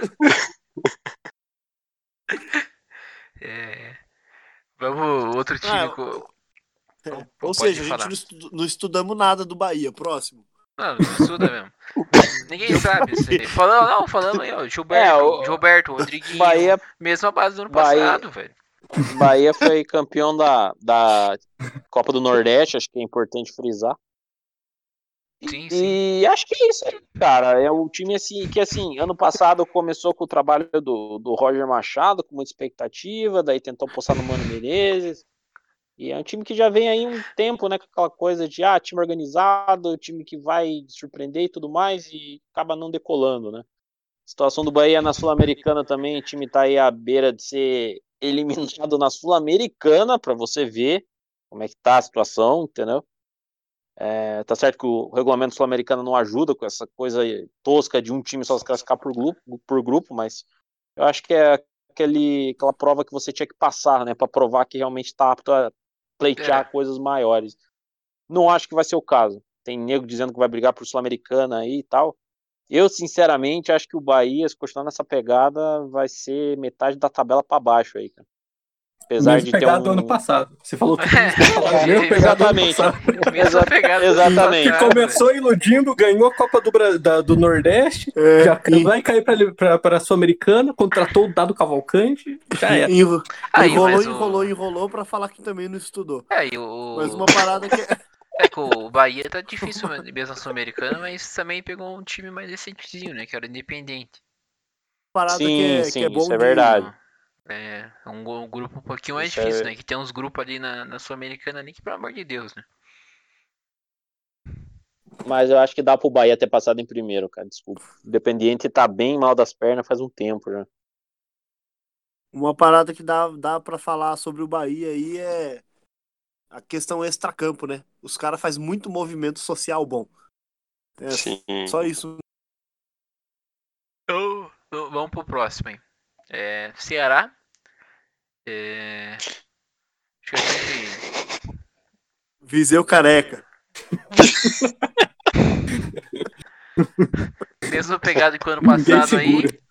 Speaker 1: Vamos, outro time.
Speaker 5: Ou seja, a gente não estudamos nada do Bahia. Próximo.
Speaker 1: Não estuda mesmo. Ninguém sabe. Falando aí, ó. Gilberto, Rodriguinho.
Speaker 4: Bahia,
Speaker 1: mesma base do ano passado, velho.
Speaker 4: Bahia foi campeão da Copa do Nordeste, acho que é importante frisar.
Speaker 1: Sim.
Speaker 4: E acho que é isso aí, cara. É um time assim, ano passado começou com o trabalho do Roger Machado, com muita expectativa, daí tentou postar no Mano Menezes. E é um time que já vem aí um tempo, né, com aquela coisa de time organizado, time que vai surpreender e tudo mais, e acaba não decolando, né? A situação do Bahia na Sul-Americana também, o time tá aí à beira de ser eliminado na Sul-Americana, pra você ver como é que tá a situação, entendeu? Tá certo que o regulamento sul-americano não ajuda com essa coisa tosca de um time só se classificar por grupo, mas eu acho que é aquela prova que você tinha que passar, né, pra provar que realmente está apto a pleitear coisas maiores. Não acho que vai ser o caso. Tem nego dizendo que vai brigar por Sul-Americana aí e tal. Eu, sinceramente, acho que o Bahia, se continuar nessa pegada, vai ser metade da tabela pra baixo aí, cara. Apesar
Speaker 2: Mesmo
Speaker 4: de ter
Speaker 2: pegado do ano
Speaker 4: um.
Speaker 2: passado. Você falou tudo isso que eu falava, mesmo pegado do ano
Speaker 4: Exatamente.
Speaker 2: passado.
Speaker 1: Mesma pegada.
Speaker 4: Exatamente.
Speaker 2: Que começou iludindo, ganhou a Copa do Nordeste,
Speaker 5: É,
Speaker 2: já vai cair pra Sul-Americana, contratou o Dado Cavalcante, já era.
Speaker 1: Aí, mas
Speaker 5: enrolou pra falar que também não estudou.
Speaker 1: E
Speaker 5: Mas uma parada que
Speaker 1: É que o Bahia tá difícil mesmo na Sul-Americana, mas também pegou um time mais decentezinho, né? Que era o Independente.
Speaker 4: Sim,
Speaker 5: que é bom
Speaker 4: isso é
Speaker 5: de.
Speaker 4: verdade.
Speaker 1: É um grupo um pouquinho mais
Speaker 4: Isso
Speaker 1: difícil,
Speaker 4: é-
Speaker 1: né? Que tem uns grupos ali na Sul-Americana ali que, pelo amor de Deus, né?
Speaker 4: Mas eu acho que dá pro Bahia ter passado em primeiro, cara. Desculpa. O Independiente tá bem mal das pernas faz um tempo já.
Speaker 5: Uma parada que dá para falar sobre o Bahia aí é a questão extracampo, né? Os caras fazem muito movimento social bom. É
Speaker 3: Sim.
Speaker 5: só isso.
Speaker 1: Então, vamos pro próximo, hein? Ceará. Acho que a gente.
Speaker 5: Viseu careca.
Speaker 1: Mesma pegada que o ano
Speaker 2: Ninguém
Speaker 1: passado aí.
Speaker 2: segura.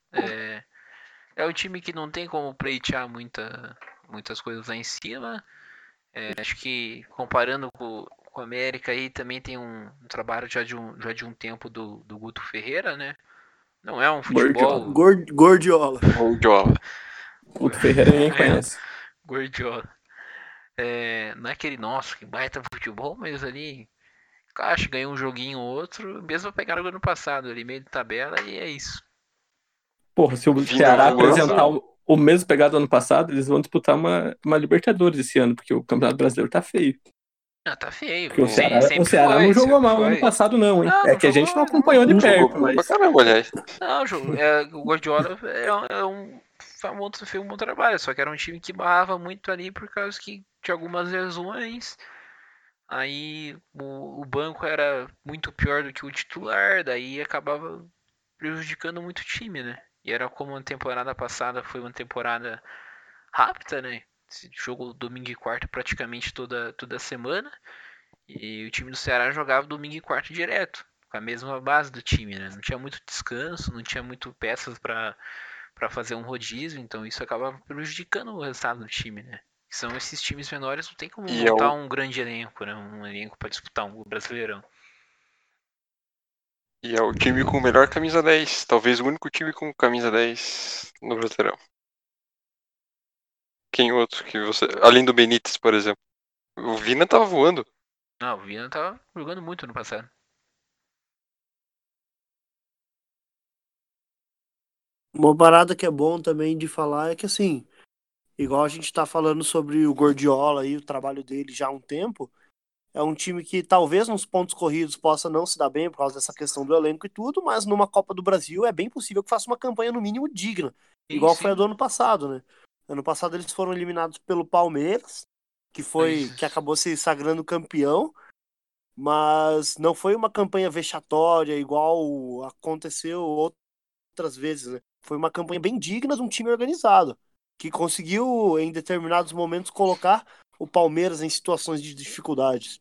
Speaker 1: É um time que não tem como pleitear muitas coisas lá em cima. Acho que comparando com a América aí também tem um trabalho já de um tempo do Guto Ferreira, né? Não é um futebol
Speaker 5: Gordiola.
Speaker 3: Gordiola.
Speaker 2: O Ferreira ninguém conhece.
Speaker 1: Gordiola. Não é aquele nosso que baita futebol, mas ali acho ganhou um joguinho ou outro, mesmo pegaram o ano passado ali meio de tabela e é isso.
Speaker 2: Porra, se o
Speaker 3: Vina
Speaker 2: Ceará
Speaker 3: voando.
Speaker 2: apresentar o mesmo pegado do ano passado, eles vão disputar uma Libertadores esse ano, porque o Campeonato Brasileiro tá feio.
Speaker 1: Ah, tá feio.
Speaker 2: Porque o Ceará
Speaker 1: Sempre
Speaker 2: não
Speaker 1: foi,
Speaker 2: jogou
Speaker 1: sempre
Speaker 2: mal ano
Speaker 1: foi.
Speaker 2: passado, não, hein?
Speaker 1: Não,
Speaker 2: É
Speaker 1: não
Speaker 2: que a gente
Speaker 1: jogou,
Speaker 2: não acompanhou de
Speaker 1: não.
Speaker 2: perto,
Speaker 3: Jogou bem pra
Speaker 2: mas.
Speaker 3: caramba, aliás.
Speaker 1: Não, o Guardiola é um famoso, fez um bom trabalho, só que era um time que barrava muito ali por causa que tinha algumas lesões. Aí o banco era muito pior do que o titular, daí acabava prejudicando muito o time, né? E era como a temporada passada foi uma temporada rápida, né? Esse jogo domingo e quarta praticamente toda semana. E o time do Ceará jogava domingo e quarta direto, com a mesma base do time, né? Não tinha muito descanso, não tinha muito peças para fazer um rodízio, então isso acaba prejudicando o resultado do time, né? São esses times menores, não tem como
Speaker 3: E é
Speaker 1: montar
Speaker 3: o,
Speaker 1: um grande elenco, né? Um elenco para disputar um Brasileirão.
Speaker 3: e é o time com o melhor camisa 10. Talvez o único time com camisa 10 no Brasileirão. Quem outro que você. Além do Benítez, por exemplo. O Vina tava voando.
Speaker 1: Não, o Vina tava jogando muito no passado.
Speaker 5: Uma parada que é bom também de falar é que, assim, igual a gente tá falando sobre o Gordiola e o trabalho dele já há um tempo, é um time que talvez nos pontos corridos possa não se dar bem por causa dessa questão do elenco e tudo, mas numa Copa do Brasil é bem possível que faça uma campanha no mínimo digna, igual foi a do ano passado, né? Ano passado eles foram eliminados pelo Palmeiras, que acabou se sagrando campeão, mas não foi uma campanha vexatória igual aconteceu outras vezes, né? Foi uma campanha bem digna de um time organizado, que conseguiu em determinados momentos colocar o Palmeiras em situações de dificuldades.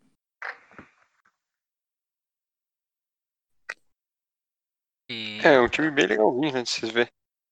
Speaker 1: E
Speaker 3: É um time bem legalzinho, né, de vocês verem.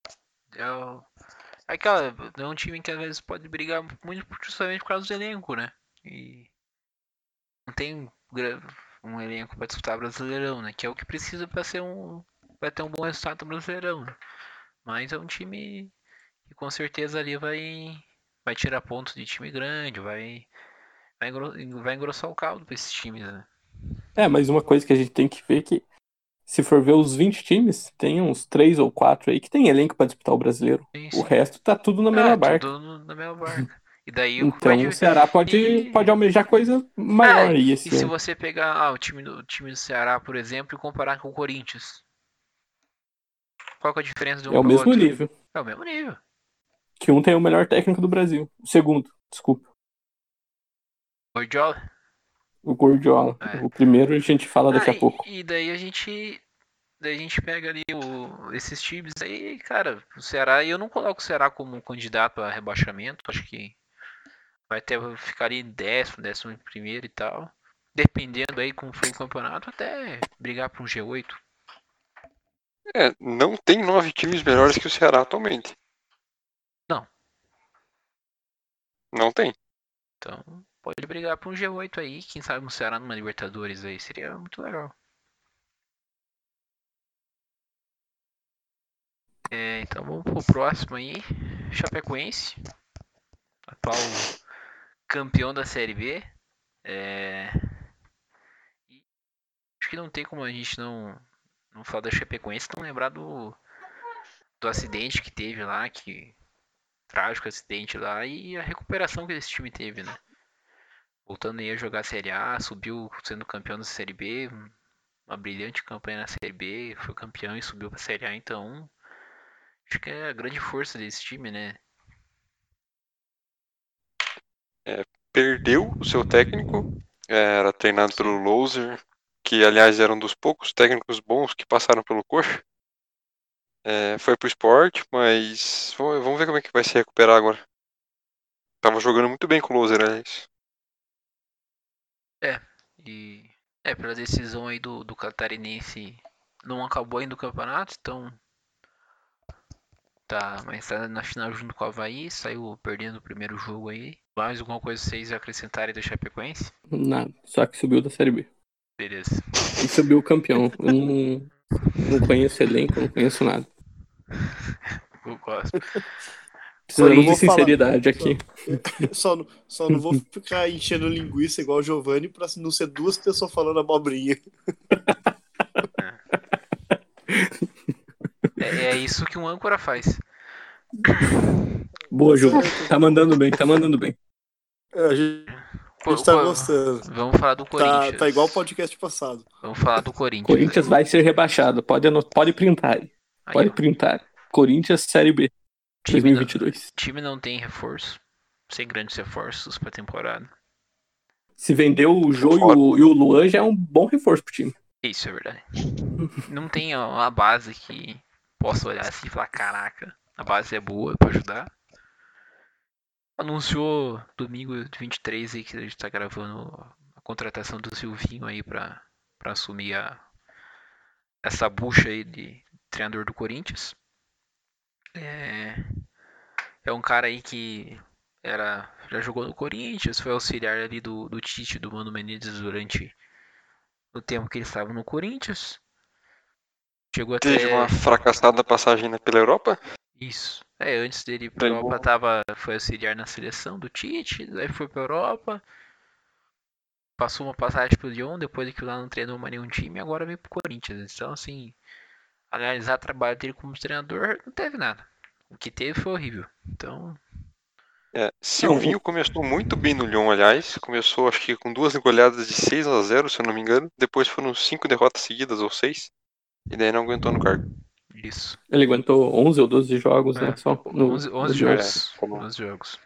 Speaker 1: é um time que às vezes pode brigar muito justamente por causa do elenco, né? E não tem um elenco para disputar Brasileirão, né? Que é o que precisa para ter um bom resultado no Brasileirão, né? Mas é um time que com certeza ali vai tirar pontos de time grande, vai engrossar o caldo para esses times, né?
Speaker 2: Mas uma coisa que a gente tem que ver é que, se for ver os 20 times, tem uns 3 ou 4 aí que tem elenco pra disputar o brasileiro.
Speaker 1: Sim,
Speaker 2: O
Speaker 1: sim.
Speaker 2: resto tá tudo na mesma barca.
Speaker 1: Tudo na mesma barca. E daí
Speaker 2: Então o Ceará pode almejar coisa maior aí
Speaker 1: e
Speaker 2: esse
Speaker 1: se
Speaker 2: ano.
Speaker 1: você pegar o time do Ceará, por exemplo, e comparar com o Corinthians? Qual que é a diferença de um
Speaker 2: É o
Speaker 1: pro
Speaker 2: mesmo
Speaker 1: outro?
Speaker 2: nível.
Speaker 1: É o mesmo nível.
Speaker 2: Que um tem o melhor técnico do Brasil. O segundo, desculpa.
Speaker 1: Gordiola?
Speaker 2: O Gordiola.
Speaker 1: É.
Speaker 2: O primeiro a gente fala daqui a pouco.
Speaker 1: E daí a gente pega ali esses times aí, cara, o Ceará, e eu não coloco o Ceará como um candidato a rebaixamento, acho que ficaria em décimo primeiro e tal. Dependendo aí como foi o campeonato, até brigar para um G8.
Speaker 3: Não tem 9 times melhores que o Ceará atualmente.
Speaker 1: Não.
Speaker 3: Não tem.
Speaker 1: Então, pode brigar pra um G8 aí. Quem sabe um Ceará numa Libertadores aí. Seria muito legal. Então vamos pro próximo aí. Chapecoense. Atual campeão da Série B. E acho que não tem como a gente não falar da Chapecoense, não lembrar do acidente que teve lá, trágico acidente lá, e a recuperação que esse time teve, né? Voltando aí a jogar a Série A, subiu sendo campeão da Série B, uma brilhante campanha na Série B, foi campeão e subiu pra Série A, então acho que é a grande força desse time, né?
Speaker 3: Perdeu o seu técnico, era treinado pelo Louser, que aliás era um dos poucos técnicos bons que passaram pelo Coxa. Foi pro Sport, mas vamos ver como é que vai se recuperar agora. Tava jogando muito bem com o Louser, aliás.
Speaker 1: E pela decisão aí do Catarinense, não acabou ainda o campeonato, então mas tá na final junto com o Avaí, saiu perdendo o primeiro jogo aí. Mais alguma coisa vocês acrescentarem do Chapecoense?
Speaker 2: Nada, só que subiu da Série B.
Speaker 1: Beleza.
Speaker 2: E subiu o campeão. Eu não conheço elenco, não conheço nada.
Speaker 1: Eu gosto.
Speaker 2: Precisamos
Speaker 5: vou
Speaker 2: de sinceridade
Speaker 5: falar.
Speaker 2: aqui.
Speaker 5: Só não vou ficar enchendo linguiça igual o Giovanni pra não ser duas pessoas falando abobrinha.
Speaker 1: É isso que um âncora faz.
Speaker 2: Boa, Ju. Tá mandando bem, tá mandando bem.
Speaker 5: A gente tá gostando.
Speaker 1: Vamos falar do Corinthians.
Speaker 5: Tá igual o podcast passado.
Speaker 1: Vamos falar do Corinthians.
Speaker 2: Corinthians vai ser rebaixado. Pode printar aí. Pode printar. Corinthians Série B 2022.
Speaker 1: Time não tem reforço. Sem grandes reforços pra temporada.
Speaker 2: Se vendeu o Jô e o Luan, já é um bom reforço pro time.
Speaker 1: Isso é verdade. Não tem uma base que possa olhar assim e falar, caraca, a base é boa pra ajudar. Anunciou domingo 23 aí que a gente tá gravando a contratação do Silvinho aí pra assumir essa bucha aí de treinador do Corinthians. É um cara aí que já jogou no Corinthians, foi auxiliar ali do Tite, do Mano Menezes durante o tempo que ele estava no Corinthians.
Speaker 3: Teve uma fracassada passagem pela Europa?
Speaker 1: Isso. Antes dele ir pra Europa foi auxiliar na seleção do Tite, daí foi pra Europa. Passou uma passagem pro Lyon, depois que lá não treinou mais nenhum time, agora veio pro Corinthians. Então, assim, analisar o trabalho dele como treinador, não teve nada. O que teve foi horrível. Então...
Speaker 3: Silvinho começou muito bem no Lyon, aliás. Começou, acho que com 2 goleadas de 6-0, se eu não me engano. Depois foram 5 derrotas seguidas, ou 6. E daí não aguentou no cargo.
Speaker 1: Isso.
Speaker 2: Ele aguentou 11 ou 12 jogos, né? Só
Speaker 1: 11 jogos. 11 jogos.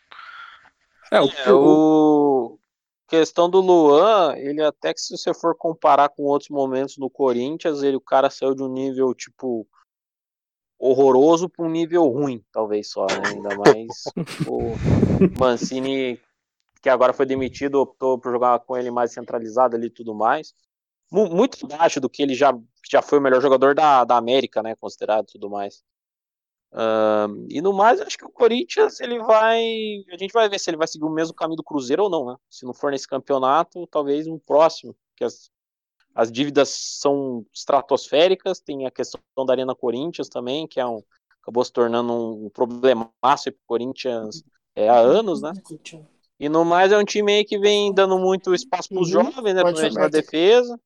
Speaker 4: Questão do Luan, ele até que se você for comparar com outros momentos no Corinthians, o cara saiu de um nível, tipo, horroroso para um nível ruim, talvez só, né? Ainda mais o Mancini, que agora foi demitido, optou por jogar com ele mais centralizado ali e tudo mais. Muito abaixo do que ele já foi o melhor jogador da América, né? Considerado e tudo mais. E no mais, acho que o Corinthians, a gente vai ver se ele vai seguir o mesmo caminho do Cruzeiro ou não, né? Se não for nesse campeonato, talvez um próximo, porque as dívidas são estratosféricas, tem a questão da Arena Corinthians também, que acabou se tornando um problemaço para o Corinthians há anos, né? E no mais é um time aí que vem dando muito espaço para os jovens, né? Principalmente na defesa.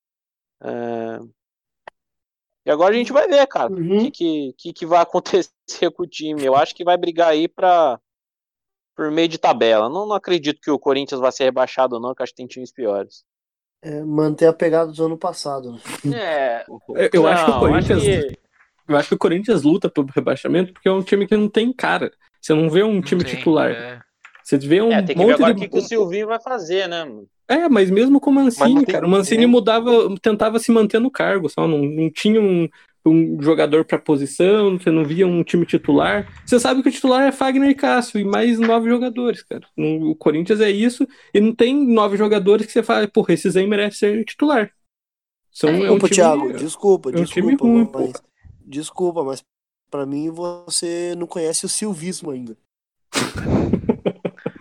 Speaker 4: E agora a gente vai ver, cara, o que vai acontecer com o time. Eu acho que vai brigar aí por meio de tabela. Não acredito que o Corinthians vai ser rebaixado, não, que acho que tem times piores.
Speaker 5: Manter a pegada do ano passado, né?
Speaker 2: Eu acho que o Corinthians luta pelo rebaixamento porque é um time que não tem cara. Você não vê um time titular. Você vê um
Speaker 4: tem que ver agora o que o Silvinho vai fazer, né, mano?
Speaker 2: Mas mesmo com o Mancini, cara, o Mancini tentava se manter no cargo, só não tinha um jogador pra posição, você não via um time titular. Você sabe que o titular é Fagner e Cássio, e mais 9 jogadores, cara. O Corinthians é isso, e não tem 9 jogadores que você fala, porra, esses aí merecem ser titular.
Speaker 5: Thiago, desculpa,
Speaker 2: time ruim,
Speaker 5: desculpa, mas pra mim você não conhece o silvismo ainda.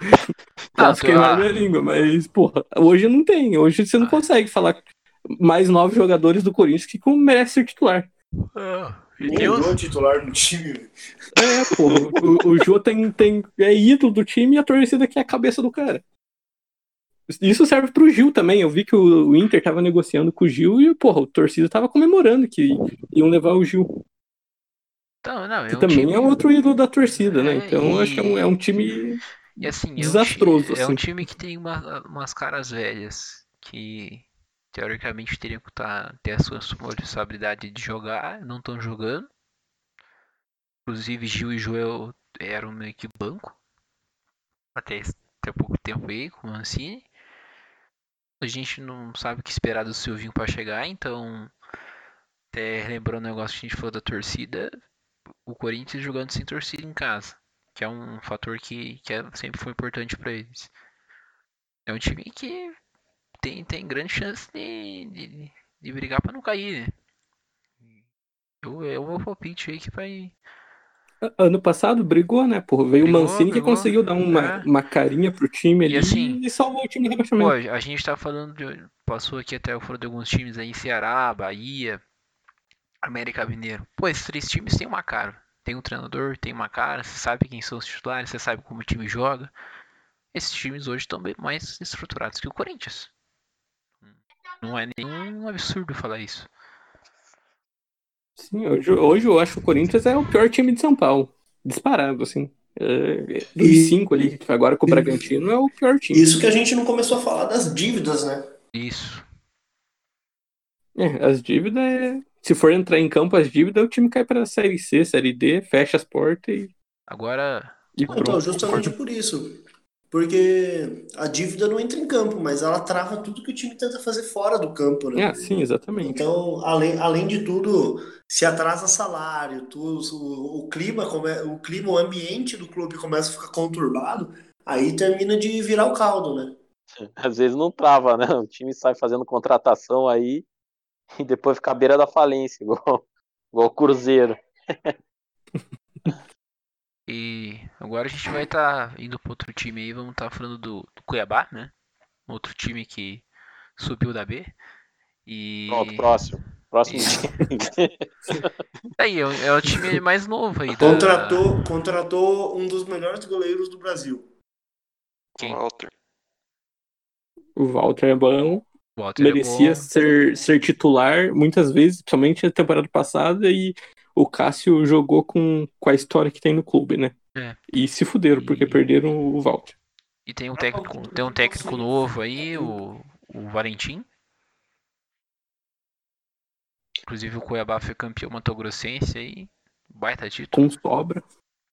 Speaker 2: Posso queimar minha língua, mas, porra, hoje não tem. Hoje você não consegue falar mais 9 jogadores do Corinthians que merece ser titular.
Speaker 5: Nem o Jô é titular no time, velho.
Speaker 2: Porra. O Jô é ídolo do time e a torcida que é a cabeça do cara. Isso serve pro Gil também. Eu vi que o Inter tava negociando com o Gil e, porra, a torcida tava comemorando que iam levar o Gil.
Speaker 1: Então, não,
Speaker 2: que também
Speaker 1: time...
Speaker 2: é outro ídolo da torcida, né? Então eu acho que é um time
Speaker 1: e, assim,
Speaker 2: desastroso.
Speaker 1: É um
Speaker 2: assim.
Speaker 1: time que tem umas caras velhas que teoricamente teriam que ter a sua responsabilidade de jogar, não estão jogando. Inclusive Gil e Joel eram meio que banco até pouco tempo aí com o Mancini. A gente não sabe o que esperar do Silvinho para chegar, então até lembrando o negócio que a gente falou da torcida, o Corinthians jogando sem torcida em casa, que é um fator que sempre foi importante para eles. É um time que tem grande chance de brigar para não cair, né? É o meu palpite aí que vai.
Speaker 2: Ano passado brigou, né? Porra, veio o Mancini que conseguiu dar uma carinha pro time ali
Speaker 1: assim,
Speaker 2: e salvou o time do rebaixamento.
Speaker 1: Pô, a gente tá falando passou aqui até fora de alguns times aí, Ceará, Bahia, América Mineiro. Pô, esses 3 times têm uma cara. Tem um treinador, tem uma cara, você sabe quem são os titulares, você sabe como o time joga. Esses times hoje estão bem mais estruturados que o Corinthians. Não é nenhum absurdo falar isso.
Speaker 2: Sim, hoje eu acho que o Corinthians é o pior time de São Paulo. Disparado, assim. Dos 5 ali, agora com o Bragantino, é o pior time.
Speaker 5: Isso que a gente não começou a falar das dívidas, né?
Speaker 1: Isso.
Speaker 2: As dívidas, se for entrar em campo as dívidas, o time cai pra Série C, Série D, fecha as portas e...
Speaker 1: Agora...
Speaker 5: Então, justamente por isso. Porque a dívida não entra em campo, mas ela trava tudo que o time tenta fazer fora do campo, né?
Speaker 2: Sim, exatamente.
Speaker 5: Então, além de tudo, se atrasa salário, o clima, o ambiente do clube começa a ficar conturbado, aí termina de virar o caldo, né?
Speaker 4: Às vezes não trava, né? O time sai fazendo contratação aí e depois fica à beira da falência, igual o Cruzeiro.
Speaker 1: E agora a gente vai estar indo para outro time aí, vamos estar falando do Cuiabá, né? Outro time que subiu da B. E...
Speaker 4: Pronto, próximo time.
Speaker 1: Aí, é o time mais novo aí.
Speaker 5: Contratou um dos melhores goleiros do Brasil.
Speaker 1: Quem?
Speaker 2: O Walter é bom.
Speaker 1: Walter
Speaker 2: Merecia
Speaker 1: é bom.
Speaker 2: ser titular muitas vezes, principalmente na temporada passada, e o Cássio jogou com a história que tem no clube, né? E se fuderam, porque perderam o Walter.
Speaker 1: E tem um técnico novo aí, o Valentim. Inclusive o Cuiabá foi campeão matogrossense aí. Baita título.
Speaker 2: Com sobra.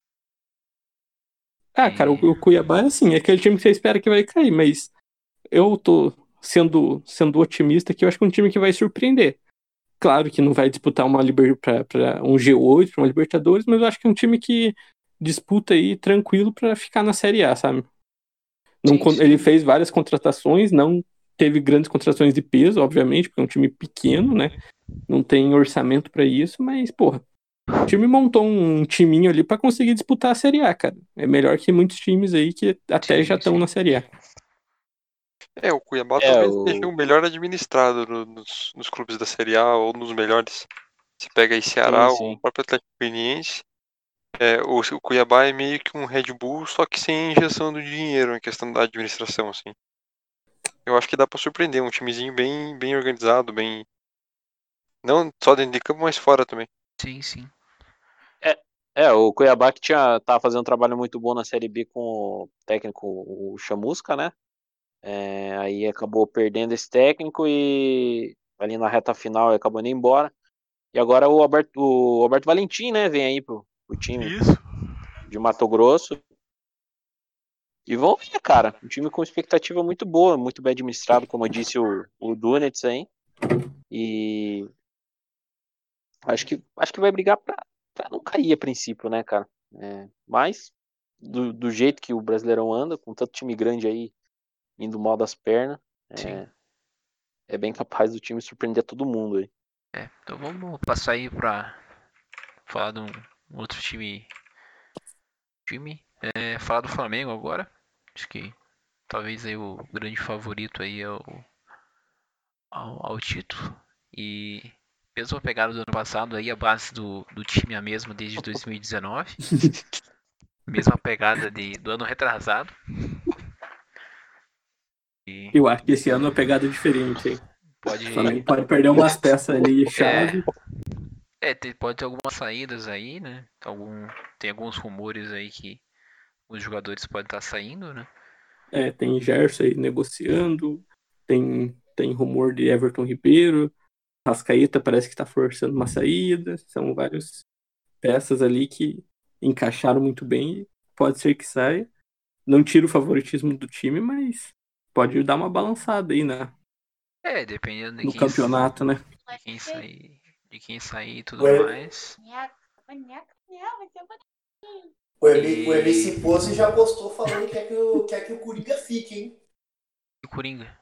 Speaker 2: Cara, o Cuiabá é assim, é aquele time que você espera que vai cair, mas eu tô sendo otimista que eu acho que é um time que vai surpreender. Claro que não vai disputar uma para um G8, para uma Libertadores, mas eu acho que é um time que disputa aí tranquilo para ficar na Série A, sabe? Sim. Ele fez várias contratações, não teve grandes contratações de peso, obviamente, porque é um time pequeno, né? Não tem orçamento para isso, mas, porra, o time montou um timinho ali para conseguir disputar a Série A, cara. É melhor que muitos times aí que até já estão na Série A.
Speaker 3: O Cuiabá talvez seja o melhor administrado nos clubes da Série A ou nos melhores. Você pega aí Ceará,
Speaker 4: sim.
Speaker 3: o próprio Atlético Goianiense. O Cuiabá é meio que um Red Bull, só que sem injeção do dinheiro em questão da administração, assim. Eu acho que dá pra surpreender, um timezinho bem, bem organizado, bem... Não só dentro de campo, mas fora também.
Speaker 1: Sim.
Speaker 4: O Cuiabá que tava fazendo um trabalho muito bom na Série B com o técnico, o Chamusca, né? Aí acabou perdendo esse técnico e ali na reta final acabou indo embora. E agora o Alberto Valentim, né, vem aí pro time de Mato Grosso. E vamos ver, cara. Um time com expectativa muito boa, muito bem administrado, como eu disse o Dunetz aí. E acho que vai brigar pra não cair a princípio, né, cara? Mas do jeito que o Brasileirão anda, com tanto time grande aí indo mal das pernas, é bem capaz do time surpreender todo mundo aí.
Speaker 1: Então vamos passar aí pra falar de um outro time. Falar do Flamengo agora. Acho que talvez aí o grande favorito aí ao título. E mesma pegada do ano passado aí, a base do time é a mesma desde 2019. Mesma pegada do ano retrasado. E
Speaker 2: Eu acho que esse ano é uma pegada diferente, hein?
Speaker 1: pode,
Speaker 2: O Flamengo pode perder umas peças ali, chave.
Speaker 1: pode ter algumas saídas aí, né? Tem alguns rumores aí que os jogadores podem estar saindo, né?
Speaker 2: Tem Gerson aí negociando, tem rumor de Everton Ribeiro, Rascaeta parece que tá forçando uma saída, são várias peças ali que encaixaram muito bem, pode ser que saia. Não tira o favoritismo do time, mas pode dar uma balançada aí, né?
Speaker 1: Dependendo
Speaker 2: No campeonato, né?
Speaker 1: de quem sair e tudo
Speaker 5: Ué.
Speaker 1: mais.
Speaker 5: O MC Pose já postou falando que quer que o Coringa fique, hein?
Speaker 1: E o Coringa.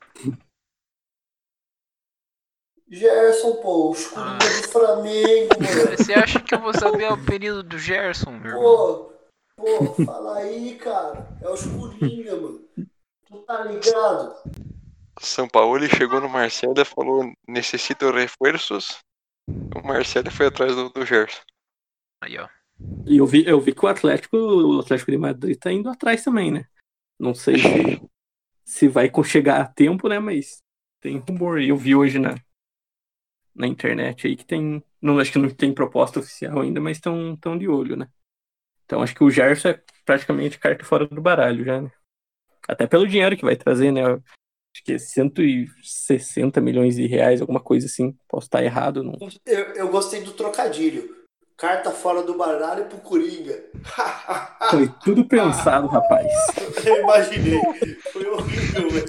Speaker 5: Gerson, pô, os Coringa do Flamengo, mano.
Speaker 1: Você acha que eu vou saber o período do Gerson, meu irmão?
Speaker 5: Pô, fala aí, cara. É os Coringa, mano. Tu tá ligado?
Speaker 3: São Paulo chegou no Marcelo e falou: necessito reforços. O Marcelo foi atrás do Gerson.
Speaker 1: Aí, ó.
Speaker 2: E eu vi que o Atlético de Madrid tá indo atrás também, né? Não sei se vai chegar a tempo, né? Mas tem rumor. Eu vi hoje na internet aí que tem. Não, acho que não tem proposta oficial ainda, mas estão de olho, né? Então acho que o Gerson é praticamente carta fora do baralho já, né? Até pelo dinheiro que vai trazer, né? Acho que é 160 milhões de reais, alguma coisa assim. Posso estar errado. Não.
Speaker 5: Eu gostei do trocadilho. Carta fora do baralho pro Coringa.
Speaker 2: Foi tudo pensado, rapaz.
Speaker 5: Eu imaginei. Foi horrível, velho.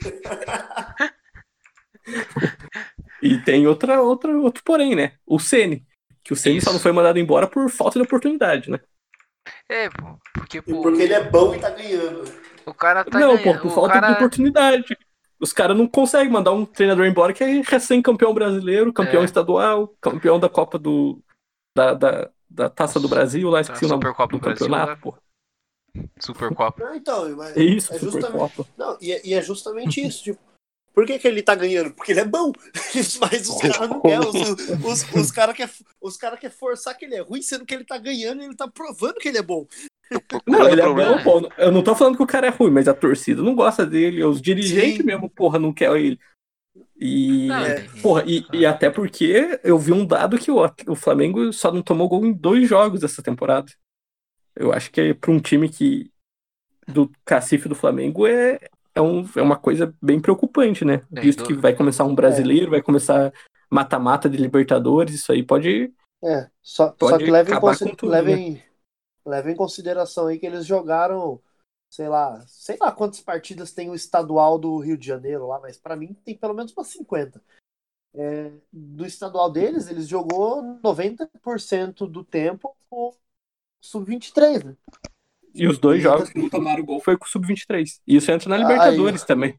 Speaker 2: E tem outro porém, né? O Ceni. Que o Ceni só não foi mandado embora por falta de oportunidade, né?
Speaker 1: Porque,
Speaker 5: E porque ele é bom e tá ganhando.
Speaker 1: O cara tá
Speaker 2: Não,
Speaker 1: ganhando.
Speaker 2: por falta de oportunidade. Os caras não conseguem mandar um treinador embora que é recém-campeão brasileiro, campeão estadual, campeão da Copa da Taça do Brasil, lá esqueci o nome
Speaker 1: Supercopa
Speaker 2: do
Speaker 1: do Brasil,
Speaker 2: campeonato,
Speaker 1: né?
Speaker 2: pô.
Speaker 1: Supercopa.
Speaker 5: Não, então, mas
Speaker 2: É isso,
Speaker 5: é justamente.
Speaker 2: Supercopa.
Speaker 5: Não, e é justamente isso. Tipo, por que ele tá ganhando? Porque ele é bom. Mas os caras não querem. Os caras querem forçar que ele é ruim, sendo que ele tá ganhando e ele tá provando que ele é bom.
Speaker 2: Não, ele é
Speaker 3: problema.
Speaker 2: bom, pô. Eu não tô falando que o cara é ruim, mas a torcida não gosta dele, os dirigentes
Speaker 5: Sim.
Speaker 2: mesmo, porra, não querem ele. E,
Speaker 1: Não,
Speaker 2: porra, e até porque eu vi um dado que o Flamengo só não tomou gol em 2 jogos essa temporada. Eu acho que pra um time do cacife do Flamengo é uma coisa bem preocupante, né? Visto que vai começar um brasileiro, vai começar mata-mata de Libertadores, isso aí pode
Speaker 5: Só que
Speaker 2: acabar com tudo, né?
Speaker 5: levem em consideração aí que eles jogaram, sei lá quantas partidas tem o estadual do Rio de Janeiro lá, mas pra mim tem pelo menos umas 50. Do estadual deles, eles jogou 90% do tempo com sub-23, né?
Speaker 2: E os 2 jogos que não tomaram gol foi com o Sub-23. E isso entra na
Speaker 5: Aí,
Speaker 2: Libertadores também.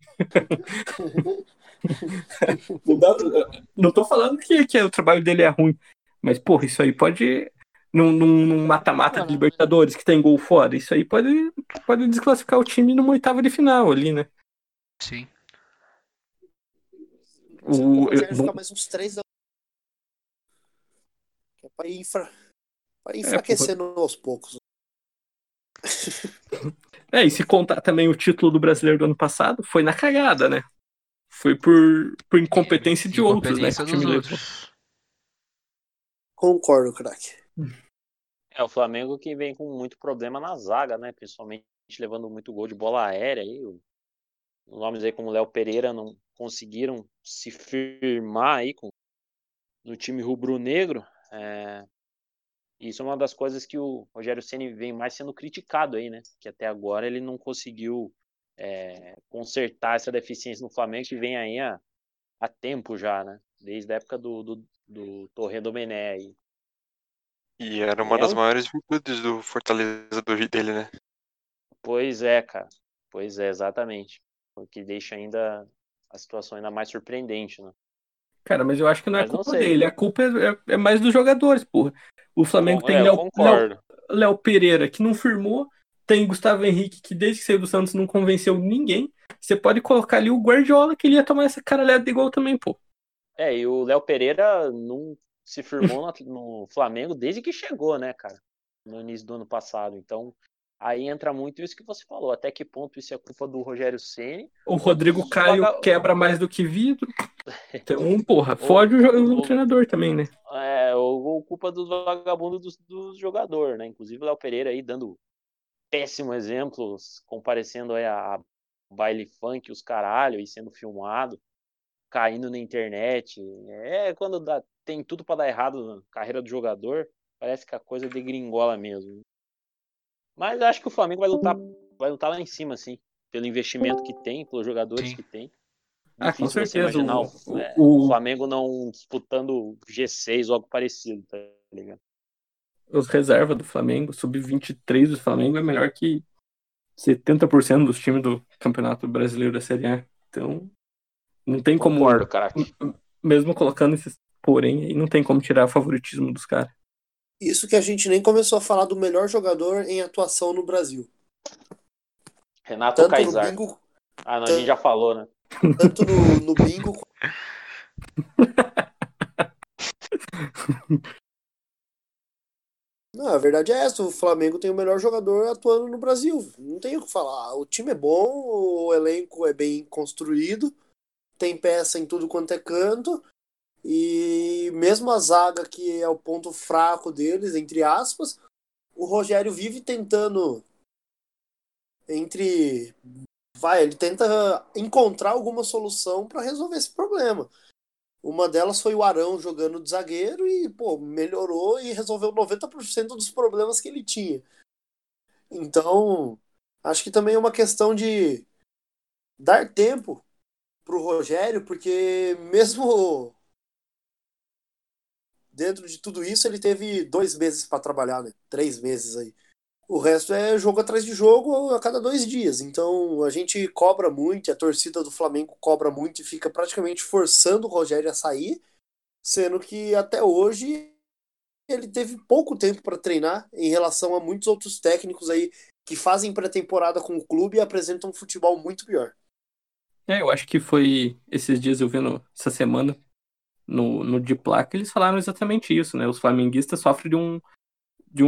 Speaker 2: Não tô falando que o trabalho dele é ruim, mas, porra, isso aí pode. Num mata-mata de Libertadores que tem gol fora, isso aí pode desclassificar o time numa oitava de final ali, né?
Speaker 1: Sim.
Speaker 5: O Rogério ficar mais uns 3 anos. Que é pra ir enfraquecendo aos poucos.
Speaker 2: E se contar também o título do Brasileiro do ano passado, foi na cagada, né? Foi por incompetência de outros, né? Que o time levou.
Speaker 5: Concordo, craque.
Speaker 4: O Flamengo que vem com muito problema na zaga, né? Principalmente levando muito gol de bola aérea aí. Nomes aí como Léo Pereira não conseguiram se firmar aí no time rubro-negro. Isso é uma das coisas que o Rogério Ceni vem mais sendo criticado aí, né? Que até agora ele não conseguiu consertar essa deficiência no Flamengo, que vem aí há tempo já, né? Desde a época do Torre Domené aí.
Speaker 3: E era uma das maiores virtudes do Fortaleza dele, né?
Speaker 4: Pois é, cara. Pois é, exatamente. O que deixa ainda a situação ainda mais surpreendente, né?
Speaker 2: Cara, mas eu acho que não é
Speaker 4: Mas não
Speaker 2: culpa
Speaker 4: sei.
Speaker 2: dele, a culpa é mais dos jogadores, porra. O Flamengo tem
Speaker 4: Eu concordo.
Speaker 2: Léo Pereira, que não firmou, tem Gustavo Henrique, que desde que saiu do Santos não convenceu ninguém. Você pode colocar ali o Guardiola, que ele ia tomar essa caralhada de gol também, pô.
Speaker 4: E o Léo Pereira não se firmou no Flamengo desde que chegou, né, cara? No início do ano passado. Então, aí entra muito isso que você falou. Até que ponto isso é culpa do Rogério Ceni?
Speaker 2: O Rodrigo Caio quebra mais do que vidro. Então, porra, fode o treinador também, né?
Speaker 4: Ou culpa do vagabundo do jogador, né? Inclusive o Léo Pereira aí dando péssimo exemplos, comparecendo aí a baile funk, os caralho, e sendo filmado, caindo na internet. Quando tem tudo pra dar errado na carreira do jogador, parece que a coisa degringola mesmo. Mas acho que o Flamengo vai lutar lá em cima, assim, pelo investimento que tem, pelos jogadores que tem.
Speaker 2: Com
Speaker 4: Difícil você
Speaker 2: certeza.
Speaker 4: imaginar o Flamengo não disputando G6 ou algo parecido, tá ligado?
Speaker 2: Os reservas do Flamengo, sub-23 do Flamengo é melhor que 70% dos times do Campeonato Brasileiro da Série A. Então, não tem como.
Speaker 4: Concordo, cara.
Speaker 2: Mesmo colocando esses porém aí, não tem como tirar favoritismo dos caras.
Speaker 5: Isso que a gente nem começou a falar do melhor jogador em atuação no Brasil.
Speaker 4: Renato Kaysar.
Speaker 5: Bingo,
Speaker 4: não, a gente já falou, né?
Speaker 5: Tanto no bingo. Não, a verdade é essa. O Flamengo tem o melhor jogador atuando no Brasil. Não tem o que falar. O time é bom, o elenco é bem construído, tem peça em tudo quanto é canto. E mesmo a zaga, que é o ponto fraco deles, entre aspas, o Rogério vive tentando ele tenta encontrar alguma solução para resolver esse problema. Uma delas foi o Arão jogando de zagueiro e, melhorou e resolveu 90% dos problemas que ele tinha. Então, acho que também é uma questão de dar tempo pro Rogério, porque mesmo dentro de tudo isso, ele teve 2 meses para trabalhar, né? 3 meses aí. O resto é jogo atrás de jogo a cada 2 dias. Então a gente cobra muito, a torcida do Flamengo cobra muito e fica praticamente forçando o Rogério a sair, sendo que até hoje ele teve pouco tempo para treinar em relação a muitos outros técnicos aí que fazem pré-temporada com o clube e apresentam um futebol muito pior.
Speaker 2: Eu acho que foi esses dias eu vendo essa semana no de placa, eles falaram exatamente isso, né? Os flamenguistas sofrem de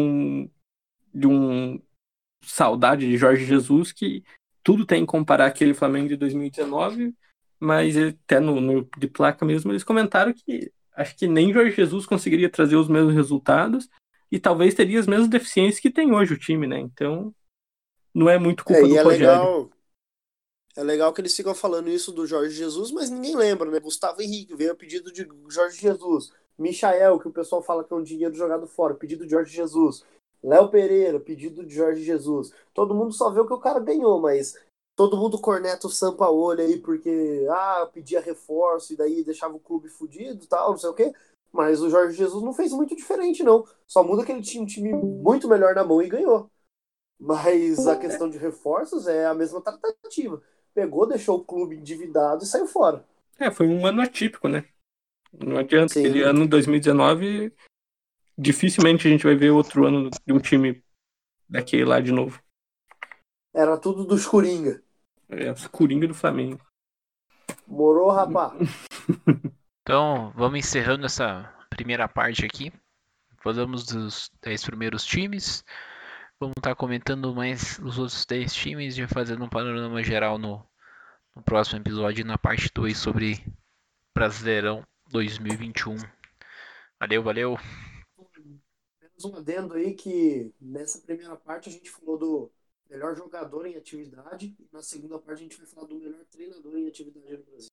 Speaker 2: um saudade de Jorge Jesus, que tudo tem que comparar aquele Flamengo de 2019, mas até no de placa mesmo eles comentaram que acho que nem Jorge Jesus conseguiria trazer os mesmos resultados e talvez teria as mesmas deficiências que tem hoje o time, né? Então não é muito culpa do Rogério.
Speaker 5: É legal que eles ficam falando isso do Jorge Jesus, mas ninguém lembra, né? Gustavo Henrique veio a pedido de Jorge Jesus. Michael, que o pessoal fala que é um dinheiro jogado fora, pedido de Jorge Jesus. Léo Pereira, pedido de Jorge Jesus. Todo mundo só vê o que o cara ganhou, mas todo mundo corneta o Sampaoli aí porque pedia reforço e daí deixava o clube fudido e tal, não sei o quê. Mas o Jorge Jesus não fez muito diferente, não. Só muda que ele tinha um time muito melhor na mão e ganhou. Mas a questão de reforços é a mesma tratativa. Pegou, deixou o clube endividado e saiu fora.
Speaker 2: Foi um ano atípico, né? Não adianta.
Speaker 5: Sim.
Speaker 2: Aquele ano 2019, dificilmente a gente vai ver outro ano de um time daquele lá de novo.
Speaker 5: Era tudo dos Coringa.
Speaker 2: Os Coringa do Flamengo.
Speaker 5: Morou, rapá.
Speaker 1: Então, vamos encerrando essa primeira parte aqui. Falamos dos 10 primeiros times. Vamos estar comentando mais os outros 10 times e fazendo um panorama geral no próximo episódio, na parte 2 sobre Brasileirão 2021. Valeu.
Speaker 5: Menos um adendo aí que nessa primeira parte a gente falou do melhor jogador em atividade e na segunda parte a gente vai falar do melhor treinador em atividade no Brasil.